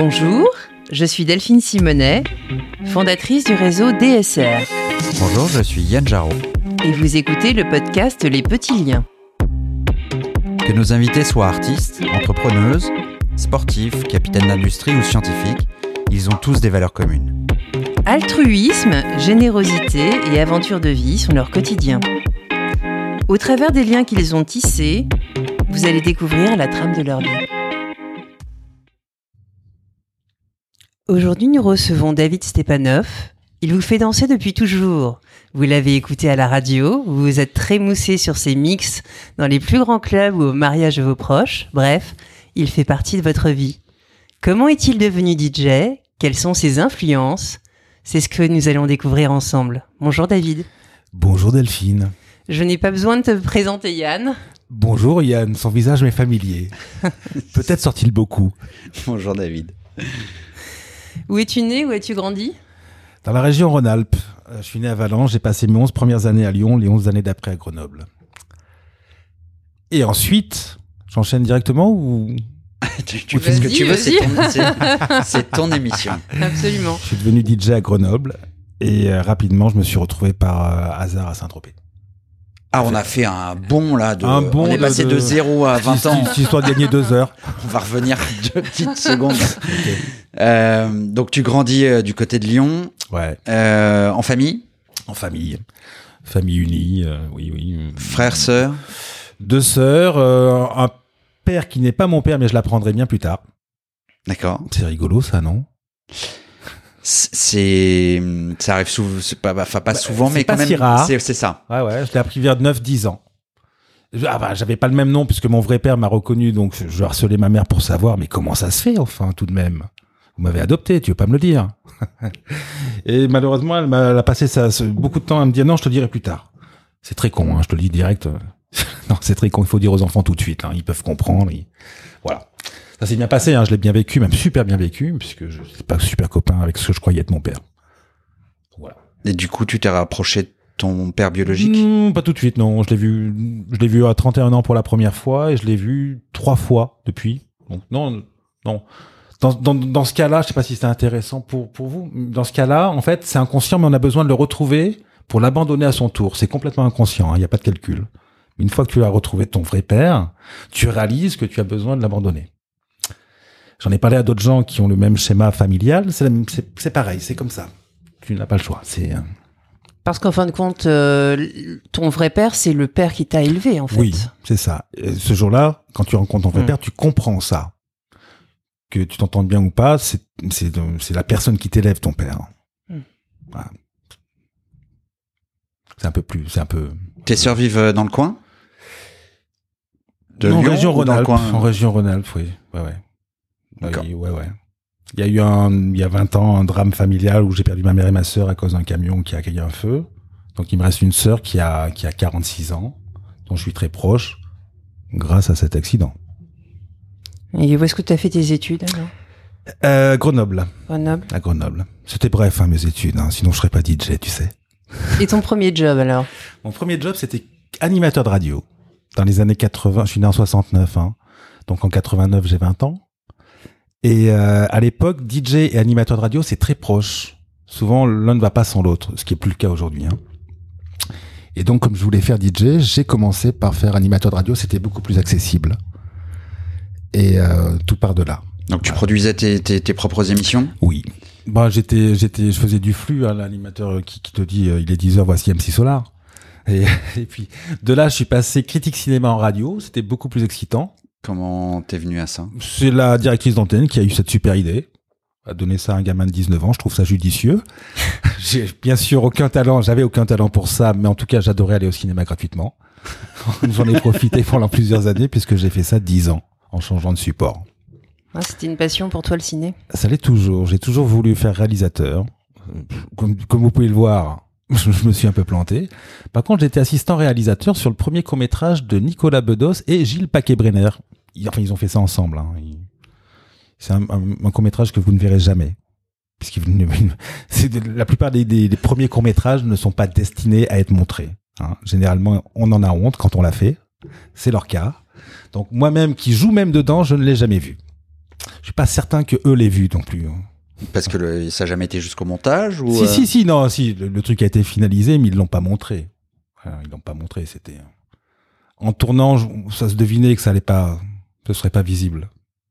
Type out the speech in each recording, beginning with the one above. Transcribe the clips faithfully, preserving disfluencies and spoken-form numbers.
Bonjour, je suis Delphine Simonet, fondatrice du réseau D S R. Bonjour, je suis Yann Jarot. Et vous écoutez le podcast Les Petits Liens. Que nos invités soient artistes, entrepreneuses, sportifs, capitaines d'industrie ou scientifiques, ils ont tous des valeurs communes. Altruisme, générosité et aventure de vie sont leur quotidien. Au travers des liens qu'ils ont tissés, vous allez découvrir la trame de leur vie. Aujourd'hui, nous recevons David Stepanov. Il vous fait danser depuis toujours. Vous l'avez écouté à la radio, vous vous êtes trémoussé sur ses mix dans les plus grands clubs ou au mariage de vos proches. Bref, il fait partie de votre vie. Comment est-il devenu D J ? Quelles sont ses influences ? C'est ce que nous allons découvrir ensemble. Bonjour David. Bonjour Delphine. Je n'ai pas besoin de te présenter Yann. Bonjour Yann, son visage m'est familier. Peut-être sort-il beaucoup. Bonjour David. Où es-tu né ? Où as-tu grandi ? Dans la région Rhône-Alpes. Je suis né à Valence, j'ai passé mes onze premières années à Lyon, les onze années d'après à Grenoble. Et ensuite, j'enchaîne directement ou... tu, tu fais ce que tu veux, c'est ton, c'est, c'est ton émission. Absolument. Je suis devenu D J à Grenoble et euh, rapidement, je me suis retrouvé par euh, hasard à Saint-Tropez. Ah, on a fait un bond là, de, un bond on est de, passé de, de zéro à vingt ans. C'est histoire de gagner deux heures. On va revenir deux petites secondes. Okay. Euh, donc tu grandis euh, du côté de Lyon. Ouais. Euh, en famille. En famille. Famille unie, euh, oui, oui. Frères, sœurs. Deux sœurs, euh, un père qui n'est pas mon père, mais je l'apprendrai bien plus tard. D'accord. C'est rigolo ça, non ? C'est, ça arrive souvent, c'est pas, enfin pas souvent, c'est mais pas quand même, si rare. C'est, c'est ça. Ouais, ouais, je l'ai appris vers neuf dix ans. Ah bah, j'avais pas le même nom puisque mon vrai père m'a reconnu, donc je harcelais ma mère pour savoir, mais comment ça se fait, enfin, tout de même ? Vous m'avez adopté, tu veux pas me le dire ? Et malheureusement, elle m'a elle a passé ça, beaucoup de temps à me dire non, je te le dirai plus tard. C'est très con, hein, je te le dis direct. Non, c'est très con, il faut dire aux enfants tout de suite, hein, ils peuvent comprendre. Ils... Voilà. Ça s'est bien passé, hein, je l'ai bien vécu, même super bien vécu, puisque je n'étais pas super copain avec ce que je croyais être mon père. Voilà. Et du coup, tu t'es rapproché de ton père biologique ? mmh, Pas tout de suite, non. Je l'ai vu, je l'ai vu à trente et un ans pour la première fois, et je l'ai vu trois fois depuis. Donc non, non. Dans, dans, dans ce cas-là, je sais pas si c'est intéressant pour, pour vous. Dans ce cas-là, en fait, c'est inconscient, mais on a besoin de le retrouver pour l'abandonner à son tour. C'est complètement inconscient, il hein, n'y a pas de calcul. Une fois que tu as retrouvé ton vrai père, tu réalises que tu as besoin de l'abandonner. J'en ai parlé à d'autres gens qui ont le même schéma familial. C'est, la, c'est, c'est pareil, c'est comme ça. Tu n'as pas le choix. C'est, euh... Parce qu'en fin de compte, euh, ton vrai père, c'est le père qui t'a élevé, en fait. Oui, c'est ça. Et ce jour-là, quand tu rencontres ton vrai mmh. père, tu comprends ça. Que tu t'entendes bien ou pas, c'est, c'est, c'est la personne qui t'élève, ton père. Mmh. Voilà. C'est un peu plus... C'est un peu... Tes sœurs vivent dans le coin ? De en Lyon région Rhône-Alpes, coin... En région Rhône-Alpes, oui. Ouais, ouais. D'accord. Ouais, ouais. Il y a eu un, il y a vingt ans, un drame familial où j'ai perdu ma mère et ma sœur à cause d'un camion qui a accueilli un feu. Donc, il me reste une sœur qui a, qui a quarante-six ans, dont je suis très proche, grâce à cet accident. Et où est-ce que tu as fait tes études, alors ? Euh, Grenoble. Grenoble. À Grenoble. C'était bref, hein, mes études, hein, sinon je serais pas D J, tu sais. Et ton premier job, alors ? Mon premier job, c'était animateur de radio. Dans les années quatre-vingts, je suis né en soixante-neuf, hein. Donc en quatre-vingt-neuf, j'ai vingt ans. Et euh, à l'époque, D J et animateur de radio, c'est très proche. Souvent, l'un ne va pas sans l'autre, ce qui est plus le cas aujourd'hui. Hein. Et donc, comme je voulais faire D J, j'ai commencé par faire animateur de radio. C'était beaucoup plus accessible. Et euh, tout part de là. Donc, tu voilà. produisais tes, tes, tes propres émissions ? Oui. Bah, j'étais, j'étais, je faisais du flux, hein, l'animateur qui, qui te dit euh, il est dix heures, voici M six Solar. Et, et puis, de là, je suis passé critique cinéma en radio. C'était beaucoup plus excitant. Comment t'es venu à ça ? C'est la directrice d'antenne qui a eu cette super idée. A donné ça à un gamin de dix-neuf ans, je trouve ça judicieux. J'ai bien sûr aucun talent, j'avais aucun talent pour ça, mais en tout cas, j'adorais aller au cinéma gratuitement. J'en ai profité pendant plusieurs années puisque j'ai fait ça dix ans en changeant de support. Ah, c'était une passion pour toi, le ciné ? Ça l'est toujours. J'ai toujours voulu faire réalisateur. Comme, comme vous pouvez le voir, je me suis un peu planté. Par contre, j'étais assistant réalisateur sur le premier court-métrage de Nicolas Bedos et Gilles Paquet-Brenner. Enfin, ils ont fait ça ensemble. Hein. C'est un, un, un court-métrage que vous ne verrez jamais. Puisqu'il, c'est de, la plupart des, des, des premiers courts-métrages ne sont pas destinés à être montrés. Hein. Généralement, on en a honte quand on l'a fait. C'est leur cas. Donc, moi-même, qui joue même dedans, je ne l'ai jamais vu. Je suis pas certain que eux l'aient vu non plus. Parce que le, ça n'a jamais été jusqu'au montage ou Si, euh... si, si, non, si, le, le truc a été finalisé, mais ils l'ont pas montré. Enfin, ils l'ont pas montré, c'était... En tournant, ça se devinait que ça allait pas... Ce serait pas visible.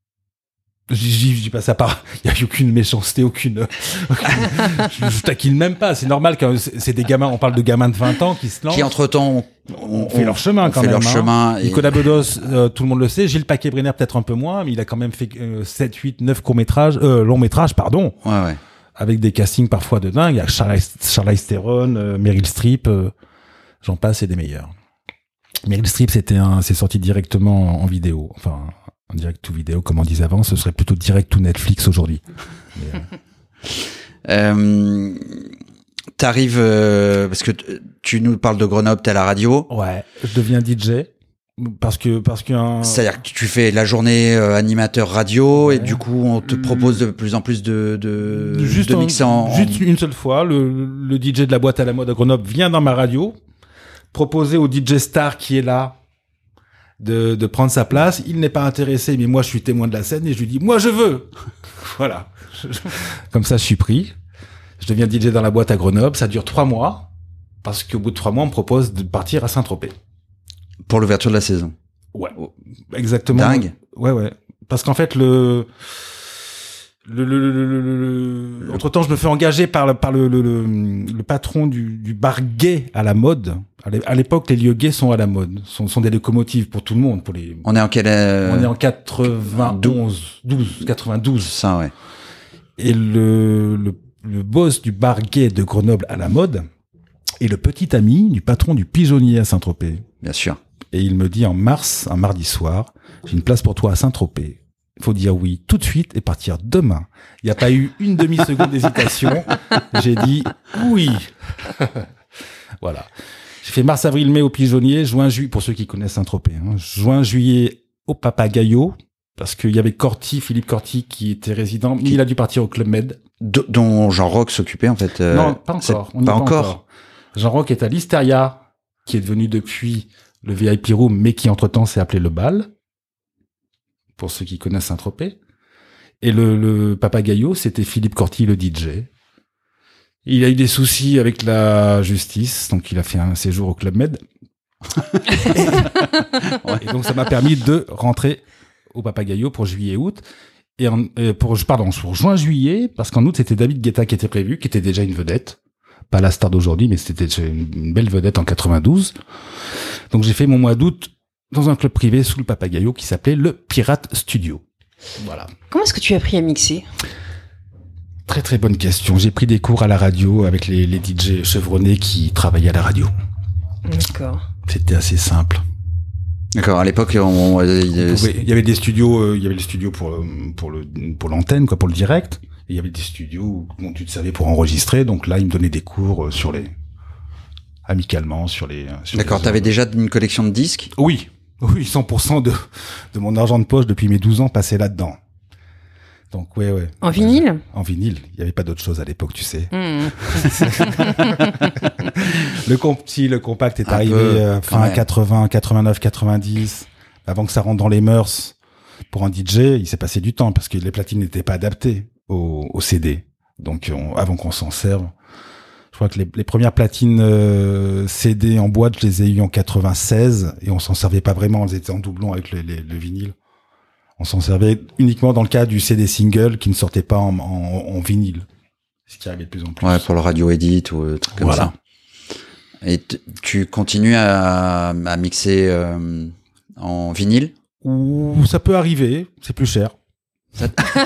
J'y dis pas ça par... Il y a aucune méchanceté, aucune... je, je taquine même pas, c'est normal que c'est des gamins, on parle de gamins de vingt ans qui se lancent. Qui, entre-temps, on, on fait leur chemin quand fait même. Leur hein. chemin et... Nicolas Bedos, euh, tout le monde le sait. Gilles Paquet-Brenner, peut-être un peu moins, mais il a quand même fait euh, sept, huit, neuf courts-métrages, euh, longs-métrages, pardon. Ouais, ouais. Avec des castings parfois de dingue. Il y a Charlize, Charlize Theron, euh, Meryl Streep, euh, j'en passe, et des meilleurs. Meryl Streep, c'était un, c'est sorti directement en, en vidéo. Enfin, en direct to vidéo, comme on disait avant, ce serait plutôt direct to Netflix aujourd'hui. Mais, euh... euh, t'arrives, euh, parce que t- tu nous parles de Grenoble, t'es à la radio. Ouais, je deviens D J. Parce que, parce qu'un... C'est-à-dire que tu fais la journée euh, animateur radio, Ouais. et du coup, on te propose de plus en plus de, de, juste de un- mixer en... Juste une seule fois, le, le D J de la boîte à la mode à Grenoble vient dans ma radio, proposer au D J star qui est là de, de prendre sa place. Il n'est pas intéressé, mais moi, je suis témoin de la scène et je lui dis, moi, je veux. Voilà. Comme ça, je suis pris. Je deviens D J dans la boîte à Grenoble. Ça dure trois mois. Parce qu'au bout de trois mois, on me propose de partir à Saint-Tropez. Pour l'ouverture de la saison. Ouais. Exactement. Dingue. Ouais, ouais. Parce qu'en fait, le, le, le, le, le, le, le... entre-temps, je me fais engager par le, par le, le, le, le patron du, du bar gay à la mode. À l'époque, les lieux gays sont à la mode. Sont, sont des locomotives pour tout le monde, pour les... On est en quelle... Euh... On est en quatre-vingt-onze, douze, quatre-vingt-douze. Ça, ouais. Et le, le, le boss du bar gay de Grenoble à la mode est le petit ami du patron du Pigeonnier à Saint-Tropez. Bien sûr. Et il me dit en mars, un mardi soir, j'ai une place pour toi à Saint-Tropez. Il faut dire oui tout de suite et partir demain. Il n'y a pas eu une demi-seconde d'hésitation. J'ai dit oui. Voilà. J'ai fait mars, avril, mai au Pigeonnier, juin, juillet, pour ceux qui connaissent Saint-Tropez, hein, juin, juillet au Papagayo, parce qu'il y avait Corti, Philippe Corti, qui était résident, mais il a dû partir au Club Med. D- dont Jean Rock s'occupait, en fait. Euh, non, pas encore. On n'y pas est encore. encore. Jean Rock est à l'Hysteria, qui est devenu depuis le V I P Room, mais qui entre-temps s'est appelé le Bal, pour ceux qui connaissent Saint-Tropez. Et le, le Papagayo, c'était Philippe Corti, le D J. Il a eu des soucis avec la justice, donc il a fait un séjour au Club Med. et, et donc ça m'a permis de rentrer au Papagayo pour juillet-août. Et, en, et pour, pardon, pour juin-juillet, parce qu'en août, c'était David Guetta qui était prévu, qui était déjà une vedette. Pas la star d'aujourd'hui, mais c'était une belle vedette en quatre-vingt-douze. Donc j'ai fait mon mois d'août dans un club privé sous le Papagayo qui s'appelait le Pirate Studio. Voilà. Comment est-ce que tu as appris à mixer ? Très très bonne question. J'ai pris des cours à la radio avec les, les D J chevronnés qui travaillaient à la radio. D'accord. C'était assez simple. D'accord. À l'époque, on, on, il, pouvait, il y avait des studios, euh, il y avait le studio pour pour le pour l'antenne, quoi, pour le direct. Et il y avait des studios où tu te servais pour enregistrer. Donc là, ils me donnaient des cours sur les amicalement sur les. Sur D'accord. les t'avais déjà une collection de disques ? Oui, oui, cent pour cent de de mon argent de poche depuis mes douze ans passé là-dedans. Donc ouais, ouais. En vinyle ? En vinyle. Il n'y avait pas d'autre chose à l'époque, tu sais. Mmh. le comp, si le compact est Un arrivé peu, euh, fin quatre-vingts, quatre-vingt-neuf, quatre-vingt-dix, avant que ça rentre dans les mœurs pour un D J, il s'est passé du temps parce que les platines n'étaient pas adaptées au, au C D. Donc on, avant qu'on s'en serve, je crois que les, les premières platines euh, C D en boîte, je les ai eues en quatre-vingt-seize et on s'en servait pas vraiment. Elles étaient en doublon avec le, les, le vinyle. On s'en servait uniquement dans le cas du C D single qui ne sortait pas en, en, en vinyle. Ce qui arrivait de plus en plus. Ouais, pour le radio edit ou euh, truc comme voilà. ça. Et t- tu continues à, à mixer euh, en vinyle ? Ou ça peut arriver, c'est plus cher. Ça...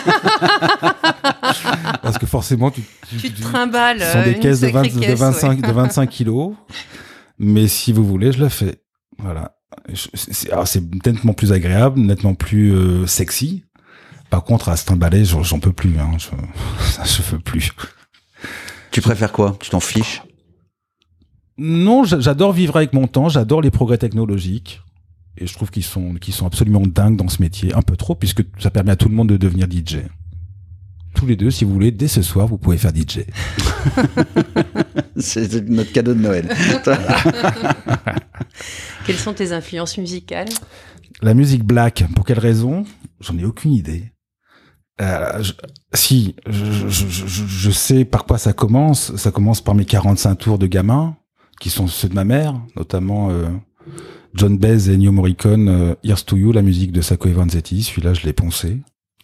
Parce que forcément, tu, tu, tu te trimbales. Ce sont des caisses de, vingt, caisse, de, vingt-cinq, ouais. de vingt-cinq kilos. Mais si vous voulez, je le fais. Voilà. C'est, alors c'est nettement plus agréable, nettement plus euh, sexy. Par contre, à se trimballer, j'en, j'en peux plus. Hein. Je, je peux plus. Tu préfères quoi ? Tu t'en fiches ? Non, j'adore vivre avec mon temps. J'adore les progrès technologiques. Et je trouve qu'ils sont, qu'ils sont absolument dingues dans ce métier. Un peu trop, puisque ça permet à tout le monde de devenir D J. Tous les deux, si vous voulez, dès ce soir, vous pouvez faire D J. C'est notre cadeau de Noël. Quelles sont tes influences musicales ? La musique black, pour quelle raison ? J'en ai aucune idée. Euh, je, si, je, je, je, je sais par quoi ça commence. Ça commence par mes quarante-cinq tours de gamin, qui sont ceux de ma mère, notamment euh, John Baez et Ennio Morricone, euh, Here's to You, la musique de Sacco e Vanzetti. Celui-là, je l'ai poncé.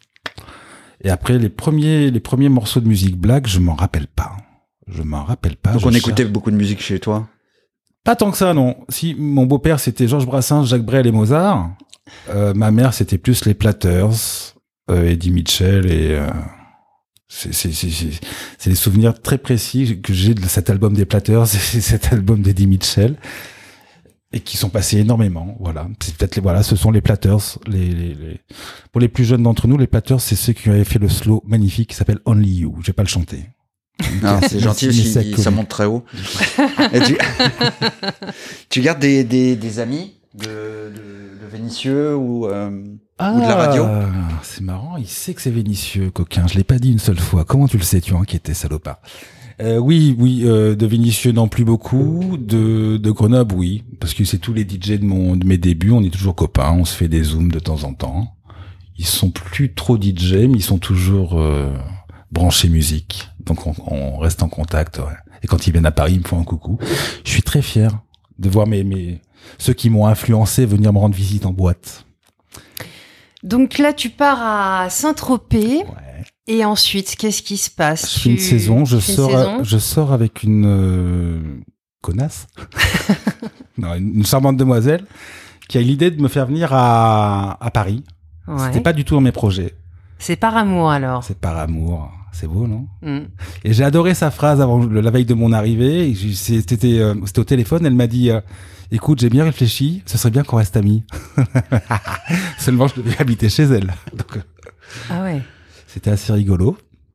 Et après, les premiers, les premiers morceaux de musique black, je m'en rappelle pas. Je m'en rappelle pas. Donc je on cherche... écoutait beaucoup de musique chez toi? Pas tant que ça, non. Si mon beau-père, c'était Georges Brassens, Jacques Brel et Mozart. Euh, ma mère, c'était plus les Platters, euh, Eddie Mitchell et... Euh, c'est, c'est, c'est, c'est, c'est des souvenirs très précis que j'ai de cet album des Platters et cet album d'Eddie Mitchell. Et qui sont passés énormément, voilà. C'est peut-être les, voilà, ce sont les Platters. Les, les, les... Pour les plus jeunes d'entre nous, les Platters, c'est ceux qui avaient fait le slow magnifique qui s'appelle Only You. Je vais pas le chanter. Non, c'est gentil aussi, il, ça monte très haut. Et tu... tu gardes des, des, des amis de, de, de Vénissieux ou, euh, ah, ou de la radio? C'est marrant, il sait que c'est Vénissieux, coquin. Je l'ai pas dit une seule fois. Comment tu le sais, tu as enquêté, salopard? Euh, oui, oui, euh, de Vénissieux, non plus beaucoup. De, de Grenoble, oui. Parce que c'est tous les D J de, mon, de mes débuts. On est toujours copains. On se fait des zooms de temps en temps. Ils sont plus trop D J, mais ils sont toujours euh, branchés musique. Donc on, on reste en contact. Ouais. Et quand ils viennent à Paris, ils me font un coucou. Je suis très fier de voir mes, mes ceux qui m'ont influencé venir me rendre visite en boîte. Donc là, tu pars à Saint-Tropez. Ouais. Et ensuite, qu'est-ce qui se passe? Je fais une saison, je sors, une saison je sors avec une euh, connasse, non, une, une charmante demoiselle qui a eu l'idée de me faire venir à, à Paris. Ouais. C'était pas du tout dans mes projets. C'est par amour alors. C'est par amour. C'est beau, non? Mm. Et j'ai adoré sa phrase avant la veille de mon arrivée. C'était, euh, c'était au téléphone. Elle m'a dit euh, écoute, j'ai bien réfléchi. Ce serait bien qu'on reste amis. Seulement, je devais habiter chez elle. Donc, euh, ah ouais. C'était assez rigolo.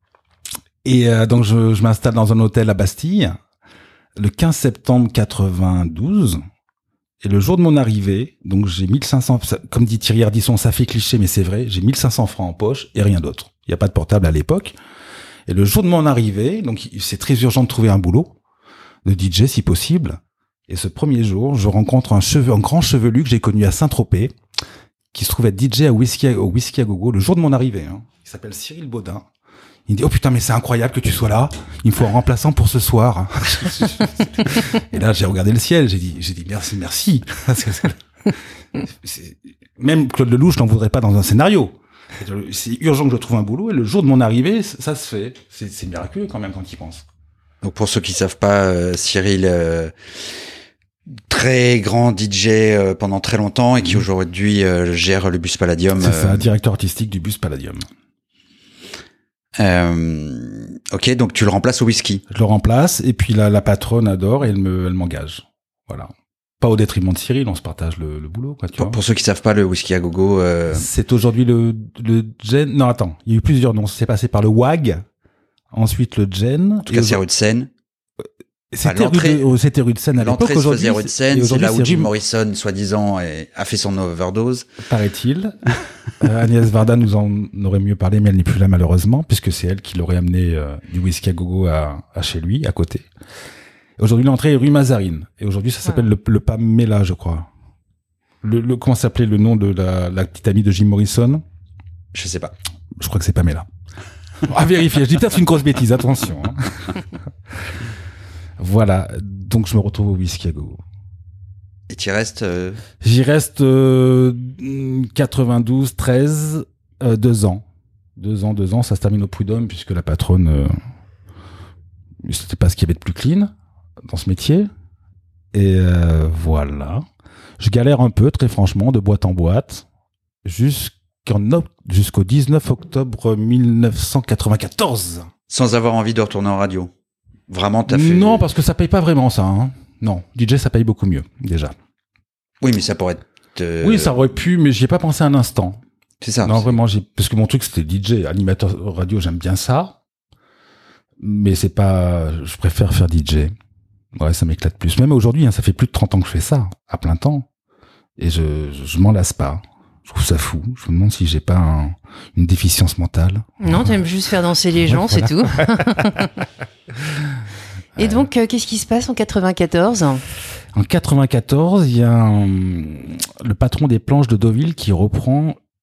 Et euh, donc, je, je m'installe dans un hôtel à Bastille le quinze septembre quatre-vingt-douze. Et le jour de mon arrivée, donc j'ai mille cinq cents, comme dit Thierry Ardisson, ça fait cliché, mais c'est vrai, j'ai mille cinq cents francs en poche et rien d'autre. Il n'y a pas de portable à l'époque. Et le jour de mon arrivée, donc c'est très urgent de trouver un boulot de D J si possible. Et ce premier jour, je rencontre un, cheveu, un grand chevelu que j'ai connu à Saint-Tropez, qui se trouve être D J à Whisky, au Whisky à Gogo le jour de mon arrivée. Hein. Il s'appelle Cyril Baudin. Il me dit, oh putain, mais c'est incroyable que tu sois là. Il me faut un remplaçant pour ce soir. Et là, j'ai regardé le ciel. J'ai dit, j'ai dit, merci, merci. C'est... Même Claude Lelouch n'en voudrait pas dans un scénario. C'est urgent que je trouve un boulot. Et le jour de mon arrivée, ça se fait. C'est, c'est miraculeux quand même quand il pense. Donc pour ceux qui savent pas, euh, Cyril, euh, très grand D J euh, pendant très longtemps et qui aujourd'hui euh, gère le Bus Palladium. C'est ça, euh, directeur artistique du Bus Palladium. Euh, ok, donc tu le remplaces au whisky. Je le remplace et puis la, la patronne adore et elle me, elle m'engage. Voilà. Pas au détriment de Cyril, on se partage le, le boulot. Quoi, tu pour, vois. pour ceux qui savent pas, le whisky à gogo. Euh... C'est aujourd'hui le le Gen. Non, attends, il y a eu plusieurs noms. C'est passé par le W A G, ensuite le Gen. En tout cas, c'est rue de Seine. C'était, enfin, rue, de, c'était rue de Seine à l'époque. L'entrée se faisait rue de Seine, c'est là où c'est Jim rue... Morrison, soi-disant, a fait son overdose. Paraît-il. euh, Agnès Varda nous en aurait mieux parlé, mais elle n'est plus là malheureusement, puisque c'est elle qui l'aurait amené euh, du whisky à gogo à, à chez lui, à côté. Aujourd'hui, l'entrée est rue Mazarine. Et aujourd'hui, ça s'appelle ah. le, le Pamela, je crois. Le, le, comment s'appelait le nom de la, la petite amie de Jim Morrison? Je sais pas. Je crois que c'est Pamela. À vérifier. Je dis peut-être une grosse bêtise, attention. Hein. Voilà, donc je me retrouve au whisky à gogo. Et tu restes euh... J'y reste euh, quatre-vingt-douze, treize, euh, deux ans. Deux ans, deux ans, ça se termine au Prud'homme puisque la patronne, euh, c'était pas ce qu'il y avait de plus clean dans ce métier. Et euh, voilà. Je galère un peu, très franchement, de boîte en boîte, jusqu'en op- jusqu'au dix-neuf octobre mille neuf cent quatre-vingt-quatorze. Sans avoir envie de retourner en radio. Vraiment, t'as fait... Non, parce que ça paye pas vraiment ça. Hein. Non, D J, ça paye beaucoup mieux, déjà. Oui, mais ça pourrait être... Euh... Oui, ça aurait pu, mais j'y ai pas pensé un instant. C'est ça. Non, c'est... vraiment, j'ai... parce que mon truc, c'était D J, animateur radio, j'aime bien ça. Mais c'est pas... Je préfère faire D J. Ouais, ça m'éclate plus. Même aujourd'hui, hein, ça fait plus de trente ans que je fais ça, à plein temps. Et je, je, je m'en lasse pas. Je trouve ça fou. Je me demande si j'ai pas un, une déficience mentale. Non, t'aimes juste faire danser les gens, ouais, voilà. C'est tout. Et donc, euh, qu'est-ce qui se passe en quatre-vingt-quatorze ? En quatre-vingt-quatorze, il y a un, le patron des planches de Deauville qui reprend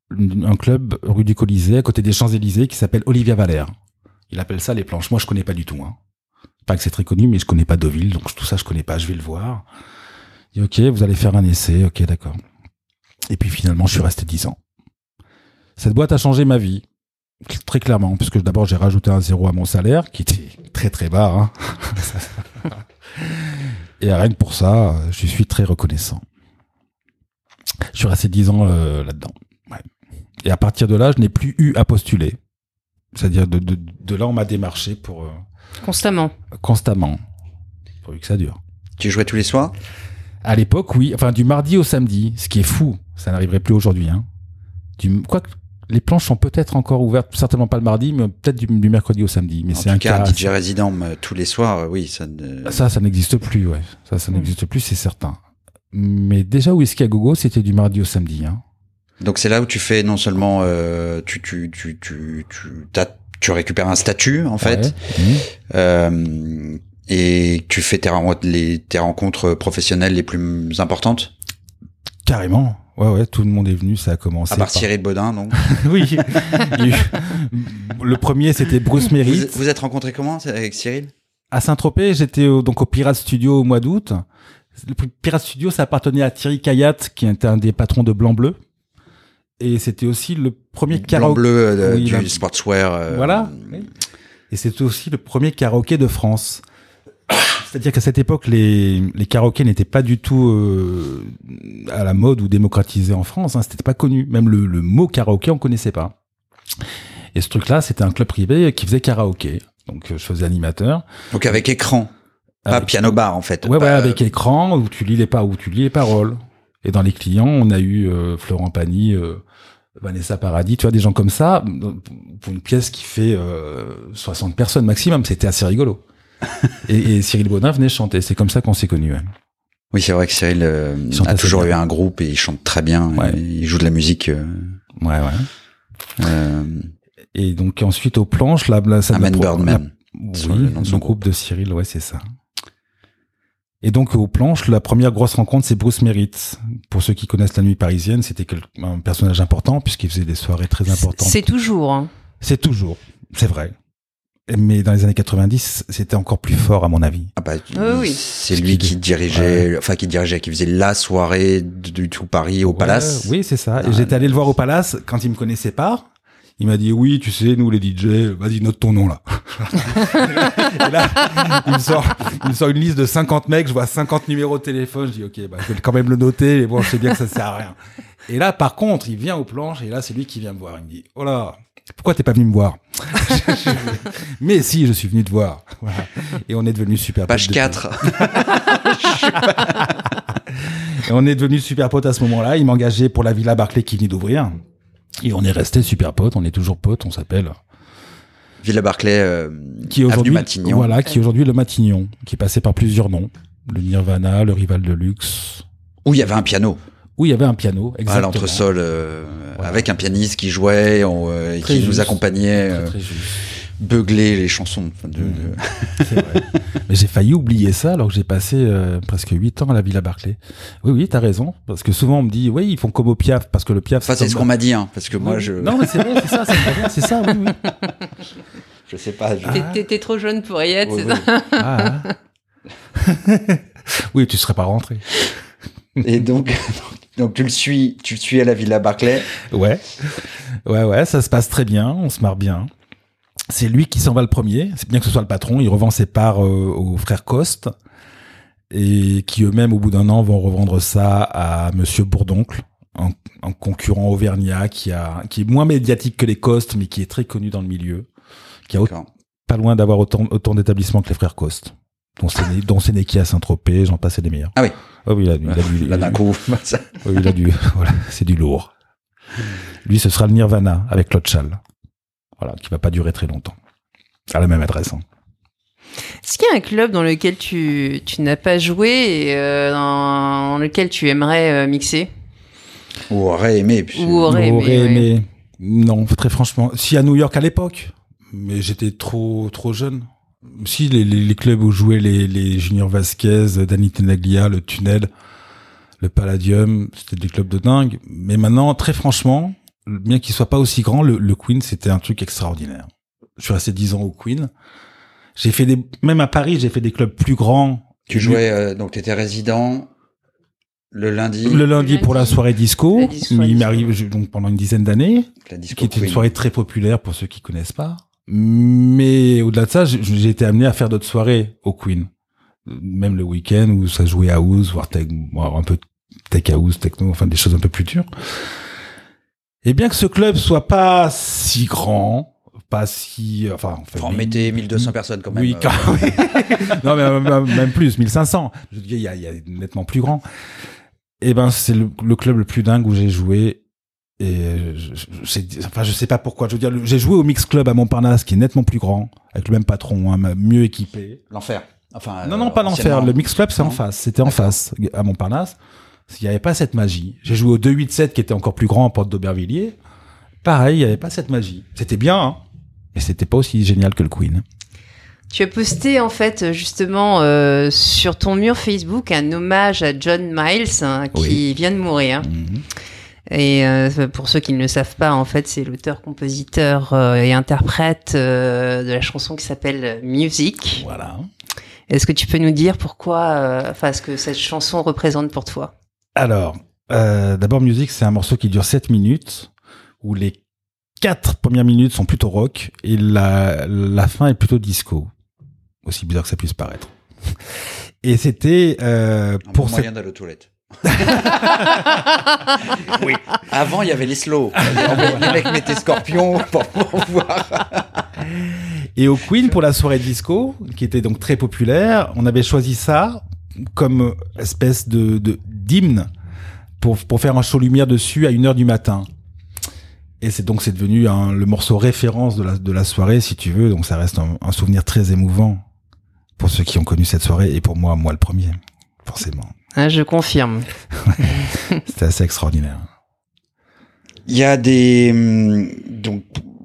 un club rue du Colisée, à côté des Champs-Élysées, qui s'appelle Olivia Valère. Il appelle ça les planches. Moi, je connais pas du tout. Hein. Pas que c'est très connu, mais je connais pas Deauville, donc tout ça, je connais pas. Je vais le voir. Et ok, vous allez faire un essai. Ok, d'accord. Et puis finalement, je suis resté dix ans. Cette boîte a changé ma vie, très clairement, parce que d'abord, j'ai rajouté un zéro à mon salaire, qui était très très bas. Hein. Et rien que pour ça, je suis très reconnaissant. Je suis resté dix ans euh, là-dedans. Ouais. Et à partir de là, je n'ai plus eu à postuler. C'est-à-dire de, de, de là, on m'a démarché pour... Euh, constamment. Constamment. Pourvu que ça dure. Tu jouais tous les soirs ? À l'époque, oui. Enfin, du mardi au samedi, ce qui est fou. Ça n'arriverait plus aujourd'hui. Hein. Du, quoi que les planches sont peut-être encore ouvertes, certainement pas le mardi, mais peut-être du, du mercredi au samedi. Mais en c'est tout un cas, cas D J résident tous les soirs, oui. Ça, ne... ça, ça n'existe plus, ouais. Ça, ça mmh. n'existe plus, c'est certain. Mais déjà, Whisky à Gogo, c'était du mardi au samedi. Hein. Donc c'est là où tu fais non seulement euh, tu tu tu tu tu t'as, tu récupères un statut en fait, ouais. mmh. euh, et tu fais tes, les, tes rencontres professionnelles les plus importantes. Carrément. Ouais, ouais, tout le monde est venu, ça a commencé. À part par... Cyril Bodin, donc. Oui. Le premier, c'était Bruce Merritt. Vous vous êtes rencontrés comment avec Cyril ? À Saint-Tropez, j'étais au, donc au Pirate Studio au mois d'août. Le Pirate Studio, ça appartenait à Thierry Kayat, qui était un des patrons de Blanc-Bleu. Et c'était aussi le premier karaoké. Blanc-Bleu euh, oui, du la... sportswear. Euh... Voilà. Oui. Et c'était aussi le premier karaoké de France. C'est-à-dire qu'à cette époque, les, les karaokés n'étaient pas du tout euh, à la mode ou démocratisés en France. Hein, c'était pas connu. Même le, le mot karaoké, on connaissait pas. Et ce truc-là, c'était un club privé qui faisait karaoké. Donc, je faisais animateur. Donc, avec écran. Pas avec... piano bar, en fait. Ouais, pas... ouais, avec écran, où tu lis les, pas, où tu lis les paroles. Et dans les clients, on a eu euh, Florent Pagny, euh, Vanessa Paradis, tu vois, des gens comme ça, pour une pièce qui fait euh, soixante personnes maximum. C'était assez rigolo. et, et Cyril Bodin venait chanter. C'est comme ça qu'on s'est connus. Ouais. Oui, c'est vrai que Cyril euh, a toujours bien. eu un groupe et il chante très bien. Ouais. Il joue de la musique. Euh... Ouais, ouais. Euh... Et donc ensuite aux planches, là, là ça. Amen Birdman. Oui, le, nom de le groupe de Cyril, ouais, c'est ça. Et donc aux planches, la première grosse rencontre, c'est Bruce Merritt. Pour ceux qui connaissent la nuit parisienne, c'était un personnage important puisqu'il faisait des soirées très importantes. C'est toujours. Hein. C'est toujours, c'est vrai. Mais dans les années quatre-vingt-dix, c'était encore plus fort à mon avis. Ah bah, oh oui. C'est lui qui dirigeait, ouais. enfin qui dirigeait, qui faisait la soirée du tout Paris au ouais, Palace. Oui, c'est ça. Et ah, j'étais allé le voir au Palace quand il me connaissait pas. Il m'a dit oui, tu sais, nous les D J, vas-y note ton nom là. Et là, il me sort, il me sort une liste de cinquante mecs. Je vois cinquante numéros de téléphone. Je dis ok, bah je vais quand même le noter. Mais bon, je sais bien que ça sert à rien. Et là, par contre, il vient aux planches et là, c'est lui qui vient me voir. Il me dit oh là. Pourquoi t'es pas venu me voir? Mais si, je suis venu te voir. Voilà. Et on est devenu super Page potes. Page quatre. Et on est devenu super potes à ce moment-là. Il m'engageait pour la Villa Barclay qui venait d'ouvrir. Et on est resté super potes. On est toujours potes. On s'appelle Villa Barclay, euh, qui est avenue Matignon. Voilà, qui est aujourd'hui le Matignon, qui est passé par plusieurs noms. Le Nirvana, le Rival de Luxe. Où il y avait un piano. Où il y avait un piano, exactement. À l'entresol, euh, voilà. Avec un pianiste qui jouait on, euh, et qui juste. nous accompagnait, euh, très, très beugler les chansons. De, mmh. de... C'est vrai. Mais j'ai failli oublier ça alors que j'ai passé euh, presque huit ans à la Villa Barclay. Oui, oui, t'as raison. Parce que souvent on me dit, oui, ils font comme au Piaf, parce que le Piaf... Enfin, c'est, c'est ce qu'on m'a dit, hein, parce que oui, moi je... Non, mais c'est vrai, c'est ça, c'est très bien, c'est ça, oui, oui. Je sais pas. Je... Ah. T'es, t'es trop jeune pour y être, oui, c'est oui. ça ah. Oui, tu serais pas rentré. Et donc... Donc tu le suis, tu le suis à la Villa Barclay. Ouais, ouais, ouais, ça se passe très bien, on se marre bien. C'est lui qui s'en va le premier. C'est bien que ce soit le patron. Il revend ses parts euh, aux frères Coste et qui eux-mêmes, au bout d'un an, vont revendre ça à Monsieur Bourdoncle, un, un concurrent auvergnat qui a, qui est moins médiatique que les Coste, mais qui est très connu dans le milieu, qui a autant, pas loin d'avoir autant, autant d'établissements que les frères Coste. Dont c'est, né, dont c'est né qui à Saint-Tropez, j'en passais des meilleurs. Ah oui. Oh oui, il a, il a du, là d'un coup. Oui, il a du, voilà, c'est du lourd. Lui, ce sera le Nirvana avec Claude Chal. Voilà, qui va pas durer très longtemps. À la même adresse. Hein. Est-ce qu'il y a un club dans lequel tu, tu n'as pas joué et euh, dans, dans lequel tu aimerais euh, mixer? Ou aurais aimé. Puis... Ou aurais aimé. Aurais ouais. aimé. Non, très franchement. Si à New York à l'époque, mais j'étais trop, trop jeune. Si, les, les, les clubs où jouaient les, les Junior Vasquez, Danny Tenaglia, le Tunnel, le Palladium, c'était des clubs de dingue. Mais maintenant, très franchement, bien qu'il soit pas aussi grand, le, le Queen, c'était un truc extraordinaire. Je suis resté dix ans au Queen. J'ai fait des, même à Paris, j'ai fait des clubs plus grands. Tu jouais, euh, donc t'étais résident le lundi. Le lundi, Le lundi. pour la soirée disco. La disco, Mais il disco. m'arrive, je- donc pendant une dizaine d'années, La disco qui était une Queen. soirée très populaire pour ceux qui connaissent pas. Mais au-delà de ça, j'ai, j'ai été amené à faire d'autres soirées au Queen. Même le week-end où ça jouait house, voire tech, voire un peu tech house, techno, enfin des choses un peu plus dures. Et bien que ce club soit pas si grand, pas si, enfin, Enfin, on mettait mille deux cents personnes quand même. Oui, euh, quand même. Non, mais euh, même plus, mille cinq cents. Je dis, il y a, il y a nettement plus grand. Et ben, c'est le, le club le plus dingue où j'ai joué. Et je, je, je, enfin, je sais pas pourquoi. Je veux dire, le- j'ai joué au Mix Club à Montparnasse, qui est nettement plus grand, avec le même patron, hein, mieux équipé. L'enfer. Enfin. Non, non, euh, pas l'enfer. anciennement. Le Mix Club, c'est en Non. face. C'était en D'accord. face, à Montparnasse. Il n'y avait pas cette magie. J'ai joué au deux huit sept, qui était encore plus grand en Porte d'Aubervilliers. Pareil, il n'y avait pas cette magie. C'était bien, hein, mais c'était pas aussi génial que le Queen. Tu as posté en fait justement euh, sur ton mur Facebook un hommage à John Miles hein, qui Oui. vient de mourir. Mhm. Et euh, pour ceux qui ne le savent pas, en fait, c'est l'auteur, compositeur euh, et interprète euh, de la chanson qui s'appelle Music. Voilà. Est-ce que tu peux nous dire pourquoi, euh, enfin, ce que cette chanson représente pour toi? Alors, euh, d'abord, Music, c'est un morceau qui dure sept minutes, où les quatre premières minutes sont plutôt rock, et la, la fin est plutôt disco. Aussi bizarre que ça puisse paraître. Et c'était euh, Un pour bon cette... moyen d'aller aux toilettes. Oui. Avant, il y avait les slows. Les mecs mettaient Scorpion pour, pour voir. Et au Queen, pour la soirée disco, qui était donc très populaire, on avait choisi ça comme espèce de, de d'hymne pour, pour faire un show lumière dessus à une heure du matin. Et c'est donc c'est devenu un, le morceau référence de la, de la soirée, si tu veux. Donc ça reste un, un souvenir très émouvant pour ceux qui ont connu cette soirée et pour moi, moi le premier, forcément. Ah, je confirme. C'était assez extraordinaire. Il y a des hum, donc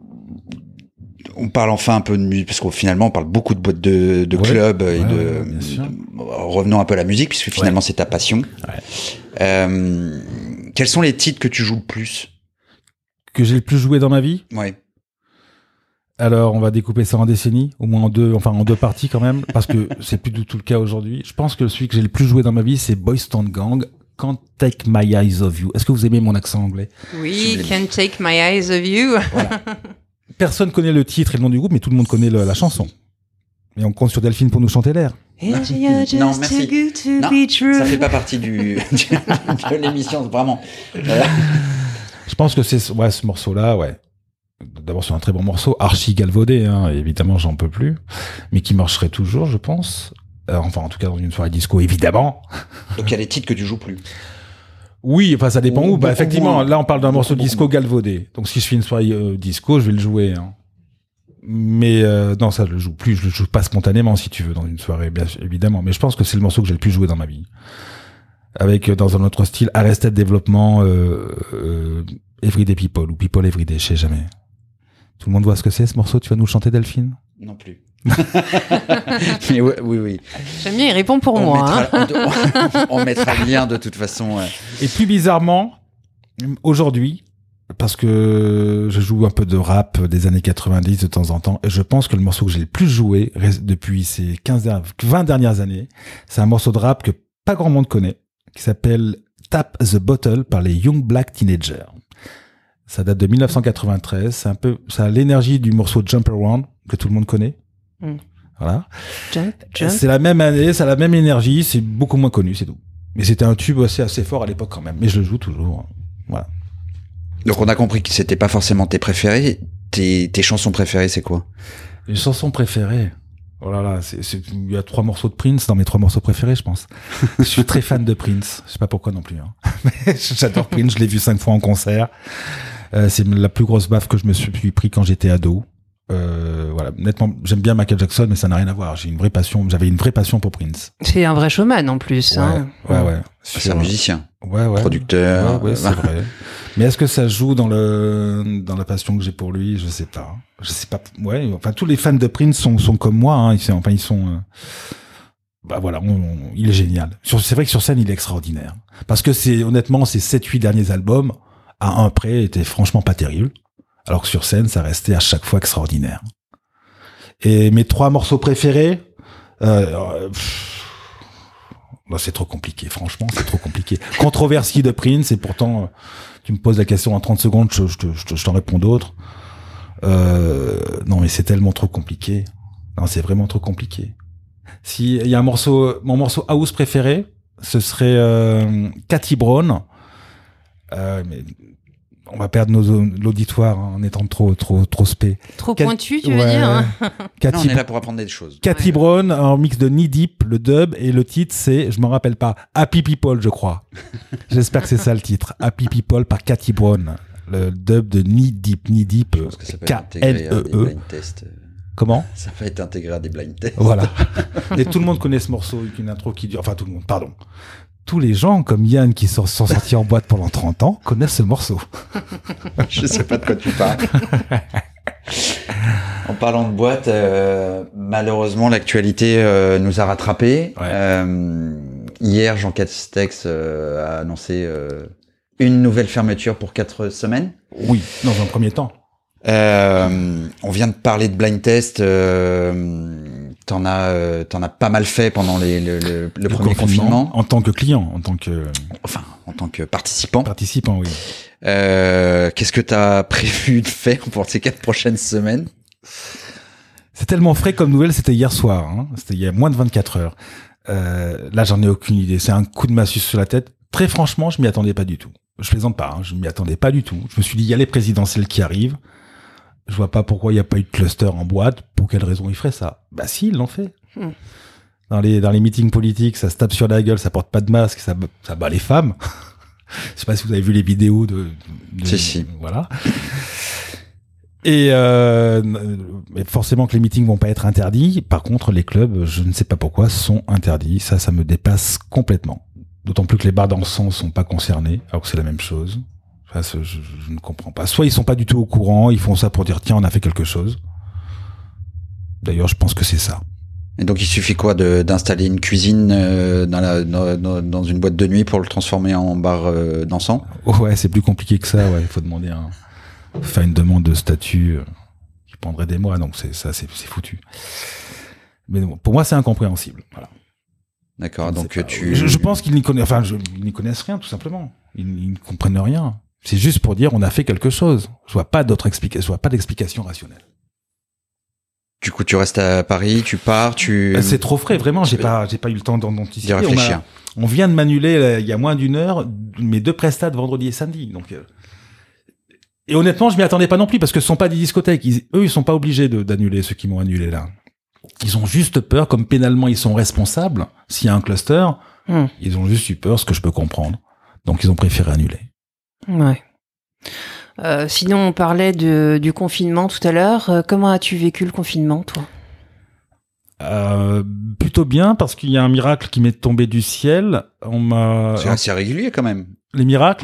on parle enfin un peu de musique parce qu'au finalement on parle beaucoup de boîtes de, de Ouais, clubs et ouais, de, ouais, bien sûr. de- revenons un peu à la musique puisque finalement Ouais. c'est ta passion. Ouais. Euh, quels sont les titres que tu joues le plus? Que j'ai le plus joué dans ma vie? Ouais. Alors, on va découper ça en décennies, au moins en deux, enfin en deux parties quand même, parce que c'est plus du tout le cas aujourd'hui. Je pense que celui que j'ai le plus joué dans ma vie, c'est Boys Town Gang, Can't Take My Eyes Off You. Est-ce que vous aimez mon accent anglais? Oui, Sublime. Can't Take My Eyes Off You. Personne connaît le titre et le nom du groupe, mais tout le monde connaît le- la chanson. Et on compte sur Delphine pour nous chanter l'air. And you're just Non, too merci. good to Non, be true. ça fait pas partie du, du- de l'émission vraiment. Euh, Je pense que c'est ouais, ce morceau-là, ouais. D'abord, c'est un très bon morceau, archi galvaudé, hein, évidemment, j'en peux plus, mais qui marcherait toujours, je pense. Euh, enfin, en tout cas, dans une soirée disco, évidemment. donc il y a les titres que tu joues plus. Oui, enfin, ça dépend Ou où. Bah, beaucoup effectivement, moins. là, on parle d'un Beaucoup, morceau beaucoup disco moins. galvaudé. Donc, si je fais une soirée euh, disco, je vais le jouer. Hein. Mais euh, non, ça, je le joue plus. Je le joue pas spontanément, si tu veux, dans une soirée, bien évidemment. Mais je pense que c'est le morceau que j'ai le plus joué dans ma vie. Avec, euh, dans un autre style, Arrested Development, euh, euh, Everyday People ou People Everyday, je sais jamais. Tout le monde voit ce que c'est, ce morceau? Tu vas nous le chanter, Delphine? Non plus. Mais oui, oui, oui. J'aime bien, il répond pour On moi. hein. mettra, on, on mettra le lien de toute façon. euh. Et plus bizarrement, aujourd'hui, parce que je joue un peu de rap des années quatre-vingt-dix de temps en temps, et je pense que le morceau que j'ai le plus joué reste- depuis ces quinze, der- vingt dernières années, c'est un morceau de rap que pas grand monde connaît, qui s'appelle Tap the Bottle par les Young Black Teenagers. Ça date de mille neuf cent quatre-vingt-treize, c'est un peu, ça a l'énergie du morceau Jump Around, que tout le monde connaît. Mm. Voilà. Jump, jump. C'est la même année, ça a la même énergie, c'est beaucoup moins connu, c'est tout. Mais c'était un tube assez, assez fort à l'époque quand même. Mais je le joue toujours. Voilà. Donc on a compris que c'était pas forcément tes préférés. Tes, tes chansons préférées, c'est quoi? Les chansons préférées. Oh là là, c'est, c'est, il y a trois morceaux de Prince dans mes trois morceaux préférés, je pense. Je suis très fan de Prince. Je sais pas pourquoi non plus. Hein. Mais j'adore Prince. Je l'ai vu cinq fois en concert. Euh, c'est la plus grosse baffe que je me suis pris quand j'étais ado. Euh, voilà, nettement, j'aime bien Michael Jackson, mais ça n'a rien à voir. J'ai une vraie passion. J'avais une vraie passion pour Prince. C'est un vrai showman en plus. Ouais, hein. ouais, ouais. C'est un musicien, Ouais, ouais. producteur. Ouais, ouais, c'est euh, vrai. Mais est-ce que ça joue dans le dans la passion que j'ai pour lui? Je sais pas. Je sais pas. Ouais. Enfin, tous les fans de Prince sont sont comme moi. Hein. Ils sont, enfin, ils sont. Euh... Bah voilà, on, on- il est génial. Sur, c'est vrai que sur scène, il est extraordinaire. Parce que c'est honnêtement, ces sept huit derniers albums, à un près, était franchement pas terrible. Alors que sur scène, ça restait à chaque fois extraordinaire. Et mes trois morceaux préférés, euh, pff, bah c'est trop compliqué, franchement, c'est trop compliqué. Controversie de Prince, et pourtant, euh, tu me poses la question en trente secondes, je, je, je, je t'en réponds d'autres. Euh, non, mais c'est tellement trop compliqué. Non, c'est vraiment trop compliqué. Si il y a un morceau, mon morceau house préféré, ce serait euh, Cathy Brown. Euh, mais on va perdre nos, l'auditoire hein, en étant trop trop trop spé. Trop Cat- pointu, tu veux ouais. dire hein. Cathy, Non, on est là pour apprendre des choses. Cathy Ouais. Brown en mix de Knee Deep, le dub, et le titre c'est, je m'en rappelle pas, Happy People, je crois. J'espère que c'est ça le titre. Happy People par Cathy Brown. Le dub de Knee Deep, Knee Deep, Je pense que ça peut être intégré à des K L E E. blind tests. Comment? Ça va être intégré à des blind tests. Voilà. Et tout le monde connaît ce morceau, avec une intro qui dure, enfin tout le monde, pardon. Tous les gens comme Yann qui sont, sont sortis en boîte pendant trente ans connaissent ce morceau. Je sais pas de quoi tu parles. En parlant de boîte, euh, malheureusement l'actualité euh, nous a rattrapés. Ouais. Euh, hier, Jean Castex euh, a annoncé euh, une nouvelle fermeture pour quatre semaines. Oui, dans un premier temps. Euh, on vient de parler de blind test. Euh, t'en as, euh, t'en as pas mal fait pendant les, le, le, le premier confinement. En tant que client, en tant que Enfin, en tant que participant. participant, oui. Euh, qu'est-ce que t'as prévu de faire pour ces quatre prochaines semaines? C'est tellement frais comme nouvelle, c'était hier soir. Hein. C'était il y a moins de vingt-quatre heures. Euh, là, j'en ai aucune idée. C'est un coup de massue sur la tête. Très franchement, je m'y attendais pas du tout. Je plaisante pas, hein. Je m'y attendais pas du tout. Je me suis dit, il y a les présidentielles qui arrivent. Je vois pas pourquoi il n'y a pas eu de cluster en boîte. Pour quelle raison ils feraient ça? Bah si, ils l'ont fait. Hmm. Dans les, dans les meetings politiques, ça se tape sur la gueule, ça porte pas de masque, ça, ça bat les femmes. Je sais pas si vous avez vu les vidéos de... de Si, si. Voilà. Et euh, mais forcément que les meetings vont pas être interdits. Par contre, les clubs, je ne sais pas pourquoi, sont interdits. Ça, ça me dépasse complètement. D'autant plus que les bars dansants sont pas concernés, alors que c'est la même chose. Enfin, je, je, je ne comprends pas. Soit ils sont pas du tout au courant, ils font ça pour dire tiens, on a fait quelque chose. D'ailleurs, je pense que c'est ça. Et donc il suffit quoi de, d'installer une cuisine euh, dans, la, dans, dans une boîte de nuit pour le transformer en bar euh, dansant? Ouais, c'est plus compliqué que ça. Ouais, il faut demander un, faire une demande de statut euh, qui prendrait des mois. Donc c'est ça, c'est, c'est foutu. Mais bon, pour moi, c'est incompréhensible. Voilà. D'accord, donc Pas- tu... Je, je pense qu'ils n'y connaissent, enfin, je, ils n'y connaissent rien, tout simplement. Ils, ils ne comprennent rien. C'est juste pour dire on a fait quelque chose. Je vois pas d'autre explication, je vois pas d'explication rationnelle. Du coup, tu restes à Paris, tu pars, tu... C'est trop frais, vraiment. J'ai tu- pas, j'ai pas eu le temps d'en anticiper. d'y réfléchir. On, a- on vient de m'annuler là, il y a moins d'une heure mes deux prestats de vendredi et samedi. Donc, euh, et honnêtement, je m'y attendais pas non plus parce que ce sont pas des discothèques. Ils, eux, ils sont pas obligés de, d'annuler ceux qui m'ont annulé là. Ils ont juste peur, comme pénalement ils sont responsables. S'il y a un cluster, Hmm. ils ont juste eu peur, ce que je peux comprendre. Donc, ils ont préféré annuler. Ouais. Euh, sinon, on parlait de, du confinement tout à l'heure. Euh, comment as-tu vécu le confinement, toi? Euh, plutôt bien parce qu'il y a un miracle qui m'est tombé du ciel. On m'a C'est assez régulier quand même. les miracles.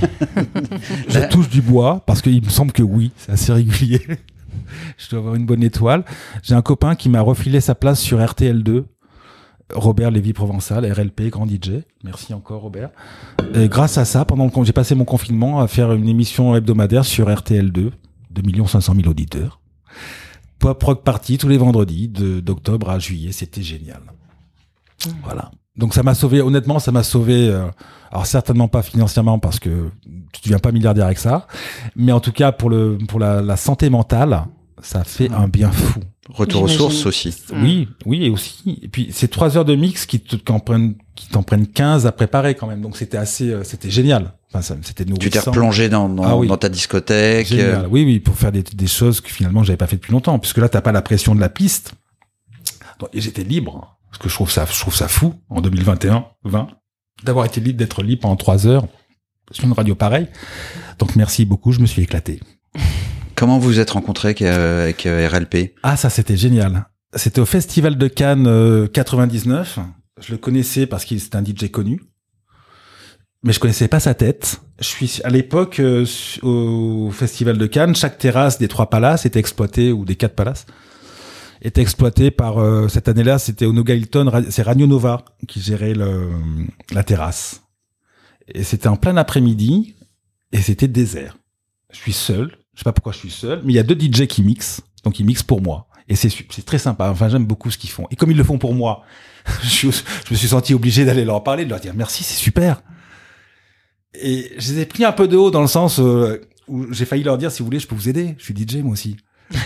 Je touche du bois parce qu'il me semble que oui, c'est assez régulier. Je dois avoir une bonne étoile. J'ai un copain qui m'a refilé sa place sur R T L deux. Robert Lévy-Provençal, R L P, grand D J. Merci encore, Robert. Et grâce à ça, pendant que j'ai passé mon confinement à faire une émission hebdomadaire sur R T L deux, deux millions cinq cent mille auditeurs. Pop Rock Party tous les vendredis, de, d'octobre à juillet. C'était génial. Voilà. Donc ça m'a sauvé, honnêtement, ça m'a sauvé, euh, alors certainement pas financièrement parce que tu deviens pas milliardaire avec ça, mais en tout cas pour le, pour la, la santé mentale, ça fait un bien fou. Retour aux J'imagine. sources aussi. Mm. Oui, oui, et aussi. Et puis, c'est trois heures de mix qui te- qui en prennent, qui t'en prennent quinze à préparer quand même. Donc, c'était assez, euh, c'était génial. Enfin, ça, c'était nourrissant. Tu t'es replongé dans, dans, Ah oui. dans ta discothèque. Génial. euh, Oui, oui, pour faire des, des choses que finalement, j'avais pas fait depuis longtemps. Puisque là, t'as pas la pression de la piste. Donc, et j'étais libre. Parce que je trouve ça, je trouve ça fou, en deux mille vingt et un, vingt, d'avoir été libre, d'être libre pendant trois heures sur une radio pareille. Donc, merci beaucoup. Je me suis éclaté. Comment vous vous êtes rencontrés avec, euh, avec euh, R L P? Ah, ça, c'était génial. C'était au Festival de Cannes euh, quatre-vingt-dix-neuf. Je le connaissais parce qu'il c'était un D J connu. Mais je connaissais pas sa tête. Je suis à l'époque euh, su- au Festival de Cannes, chaque terrasse des trois palaces était exploitée, ou des quatre palaces, était exploitée par, euh, cette année-là, c'était au Noga Hilton, Ra- c'est Radio Nova qui gérait le, la terrasse. Et c'était en plein après-midi. et c'était désert. Je suis seul, je sais pas pourquoi je suis seul, mais il y a deux D J qui mixent, donc ils mixent pour moi. Et c'est, c'est très sympa, enfin j'aime beaucoup ce qu'ils font. Et comme ils le font pour moi, je, je me suis senti obligé d'aller leur parler, de leur dire merci, c'est super. Et je les ai pris un peu de haut dans le sens euh, où j'ai failli leur dire, si vous voulez, je peux vous aider, je suis D J moi aussi.